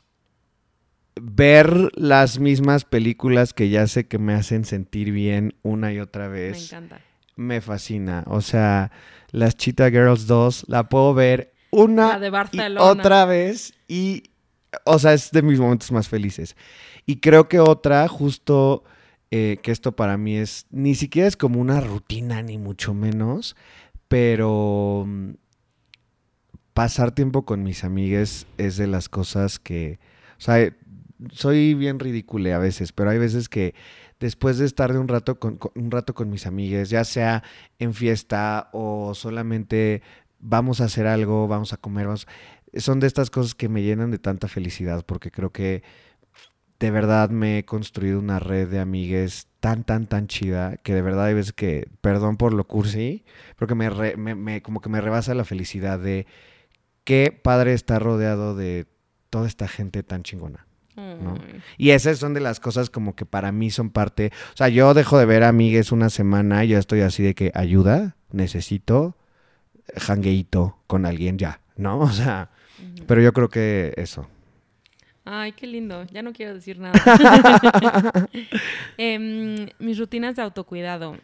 Ver las mismas películas que ya sé que me hacen sentir bien una y otra Me vez encanta. me fascina. O sea, las Cheetah Girls 2 la puedo ver La una de y Barcelona. otra vez y, o sea, es de mis momentos más felices. Y creo que otra, justo que esto para mí es, ni siquiera es como una rutina, ni mucho menos, pero pasar tiempo con mis amigues es de las cosas que, o sea, soy bien ridícula a veces, pero hay veces que después de estar de un rato con mis amigues, ya sea en fiesta o solamente vamos a hacer algo, vamos a comer, son de estas cosas que me llenan de tanta felicidad porque creo que de verdad me he construido una red de amigues tan chida que de verdad hay veces que, perdón por lo cursi, pero que como que me rebasa la felicidad de qué padre estar rodeado de toda esta gente tan chingona, ¿no? Ay. Y esas son de las cosas como que para mí son parte, o sea, yo dejo de ver a amigues una semana y ya estoy así de que ayuda, necesito jangueíto con alguien ya, ¿no? O sea, Ujú. pero yo creo que eso. Ay, qué lindo. Ya no quiero decir nada. Mis rutinas de autocuidado.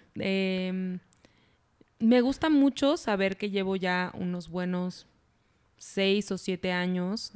Me gusta mucho saber que llevo ya unos buenos 6 o 7 años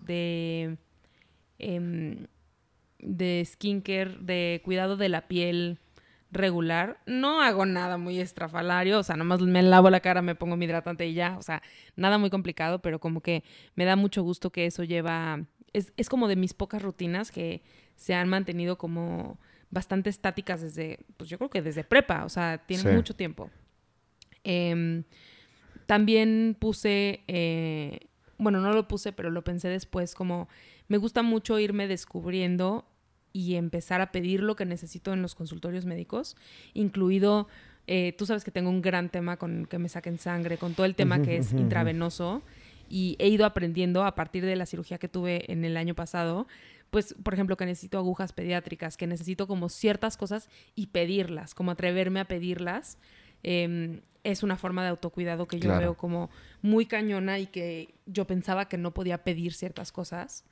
em, de skincare, de cuidado de la piel regular. No hago nada muy estrafalario, o sea, nomás me lavo la cara, me pongo mi hidratante y ya, o sea, nada muy complicado, pero como que me da mucho gusto que eso lleva, es como de mis pocas rutinas que se han mantenido como bastante estáticas desde, pues yo creo que desde prepa, o sea, tienen Sí. mucho tiempo. Em, También puse, bueno, no lo puse, pero lo pensé después, como me gusta mucho irme descubriendo y empezar a pedir lo que necesito en los consultorios médicos, incluido, tú sabes que tengo un gran tema con que me saquen sangre, con todo el tema que es intravenoso, y he ido aprendiendo a partir de la cirugía que tuve en el año pasado, pues, por ejemplo, que necesito agujas pediátricas, que necesito como ciertas cosas y pedirlas, como atreverme a pedirlas. Es una forma de autocuidado que yo Claro. veo como muy cañona y que yo pensaba que no podía pedir ciertas cosas.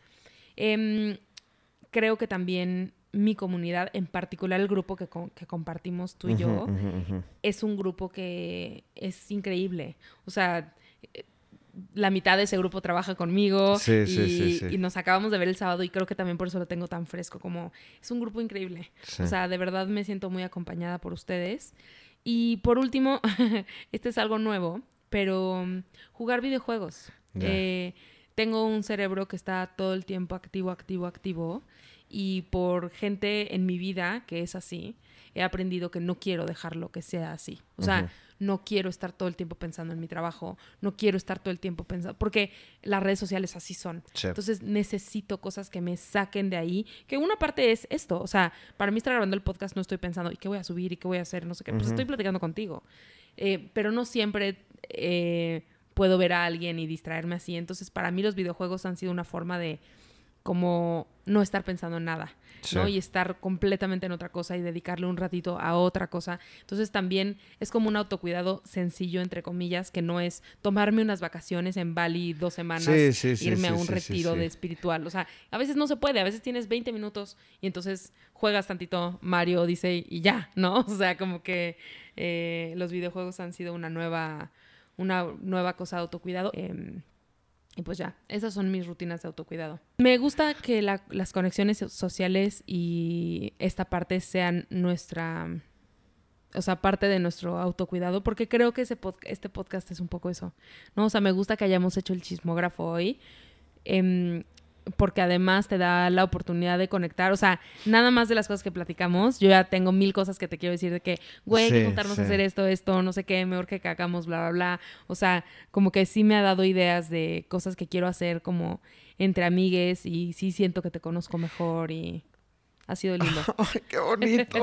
Creo que también mi comunidad, en particular el grupo que compartimos tú y yo, es un grupo que es increíble. O sea, la mitad de ese grupo trabaja conmigo Sí, y, sí, sí, sí. y nos acabamos de ver el sábado y creo que también por eso lo tengo tan fresco, como es un grupo increíble. Sí. O sea, de verdad me siento muy acompañada por ustedes. Y por último, este es algo nuevo, pero jugar videojuegos. Ya. Tengo un cerebro que está todo el tiempo activo y por gente en mi vida que es así, he aprendido que no quiero dejarlo que sea así. O sea, no quiero estar todo el tiempo pensando en mi trabajo, no quiero estar todo el tiempo pensando, porque las redes sociales así son. Sí. Entonces necesito cosas que me saquen de ahí, que una parte es esto, o sea, para mí estar grabando el podcast no estoy pensando, ¿y qué voy a subir? ¿Y qué voy a hacer? No sé qué, pues estoy platicando contigo. Pero no siempre puedo ver a alguien y distraerme así. Entonces para mí los videojuegos han sido una forma de como no estar pensando en nada, Sí. ¿no? Y estar completamente en otra cosa y dedicarle un ratito a otra cosa. Entonces también es como un autocuidado sencillo, entre comillas, que no es tomarme unas vacaciones en Bali 2 semanas, irme a un retiro de espiritual. O sea, a veces no se puede, a veces tienes 20 minutos y entonces juegas tantito Mario Odyssey y ya, ¿no? O sea, como que los videojuegos han sido una nueva cosa de autocuidado. Y pues ya, esas son mis rutinas de autocuidado. Me gusta que las conexiones sociales y esta parte sean o sea, parte de nuestro autocuidado, porque creo que este podcast es un poco eso, ¿no? O sea, me gusta que hayamos hecho el chismógrafo hoy, porque además te da la oportunidad de conectar, o sea, nada más de las cosas que platicamos, yo ya tengo 1000 cosas que te quiero decir de que, güey, hay que juntarnos a hacer esto, no sé qué, mejor que hagamos, bla, bla, bla, o sea, como que sí me ha dado ideas de cosas que quiero hacer como entre amigues y sí siento que te conozco mejor y Ha sido lindo. ¡Ay, qué bonito!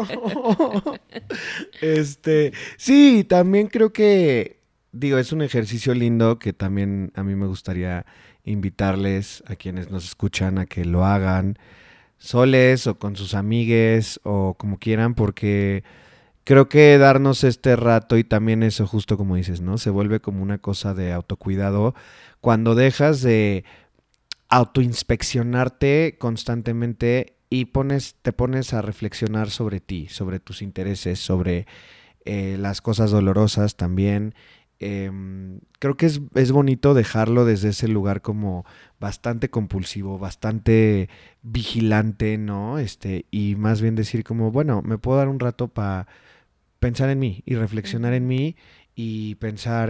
Sí, también creo que, digo, es un ejercicio lindo que también a mí me gustaría invitarles a quienes nos escuchan a que lo hagan soles o con sus amigues o como quieran, porque creo que darnos este rato y también eso justo como dices, ¿no? Se vuelve como una cosa de autocuidado cuando dejas de autoinspeccionarte constantemente y te pones a reflexionar sobre ti, sobre tus intereses, sobre las cosas dolorosas también. Creo que es bonito dejarlo desde ese lugar como bastante compulsivo, bastante vigilante, ¿no? Y más bien decir como, bueno, me puedo dar un rato para pensar en mí y reflexionar en mí y pensar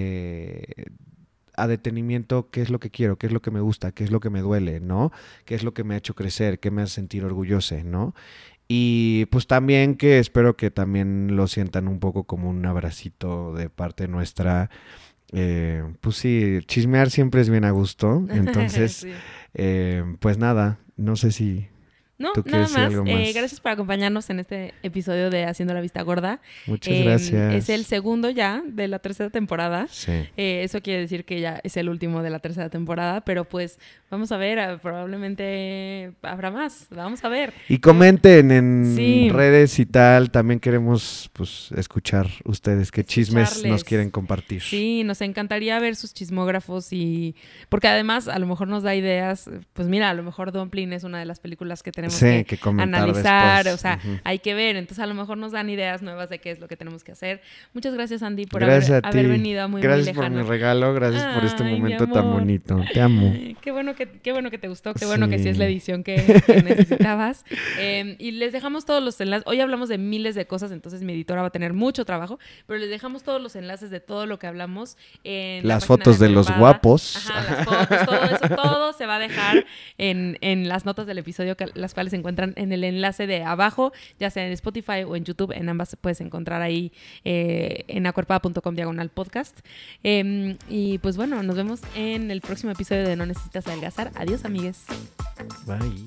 a detenimiento qué es lo que quiero, qué es lo que me gusta, qué es lo que me duele, ¿no? Qué es lo que me ha hecho crecer, qué me hace sentir orgulloso, ¿no? Y pues también que espero que también lo sientan un poco como un abracito de parte nuestra. Pues sí, chismear siempre es bien a gusto. Entonces, Sí. pues nada, no sé si No, tú nada quieres decir más. algo más. Gracias por acompañarnos en este episodio de Haciendo la Vista Gorda. Muchas gracias. Es el segundo ya de la tercera temporada. Sí. Eso quiere decir que ya es el último de la tercera temporada, pero pues vamos a ver, probablemente habrá más. Vamos a ver. Y comenten en Sí. redes y tal. También queremos pues escuchar ustedes qué chismes nos Escucharles. quieren compartir. Sí, nos encantaría ver sus chismógrafos y porque además a lo mejor nos da ideas. Pues mira, a lo mejor Dumpling es una de las películas que tenemos que comentar analizar, después. o sea, Uh-huh. hay que ver. Entonces a lo mejor nos dan ideas nuevas de qué es lo que tenemos que hacer. Muchas gracias, Andy, por Gracias haber a ti. venido a muy Gracias lejano. por mi regalo, gracias por este Ay, mi momento tan amor. bonito. Te amo. Qué bueno que te gustó, qué bueno que sí Sí. es la edición que necesitabas. Y les dejamos todos los enlaces. Hoy hablamos de miles de cosas, entonces mi editora va a tener mucho trabajo, pero les dejamos todos los enlaces de todo lo que hablamos en Las la página fotos de los Acuerpada. guapos. Ajá, las fotos, todo eso, todo se va a dejar en las notas del episodio, las cuales se encuentran en el enlace de abajo, ya sea en Spotify o en YouTube. En ambas puedes encontrar ahí en acuerpada.com/podcast. Y pues bueno, nos vemos en el próximo episodio de No Necesitas Adelgazar. Adiós, amigues. Bye.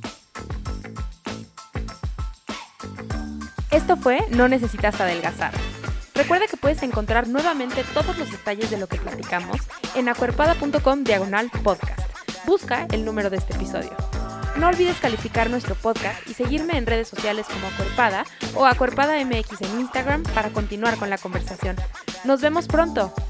Esto fue No Necesitas Adelgazar. Recuerda que puedes encontrar nuevamente todos los detalles de lo que platicamos en acuerpada.com/podcast. Busca el número de este episodio. No olvides calificar nuestro podcast y seguirme en redes sociales como Acuerpada o Acuerpada MX en Instagram para continuar con la conversación. Nos vemos pronto.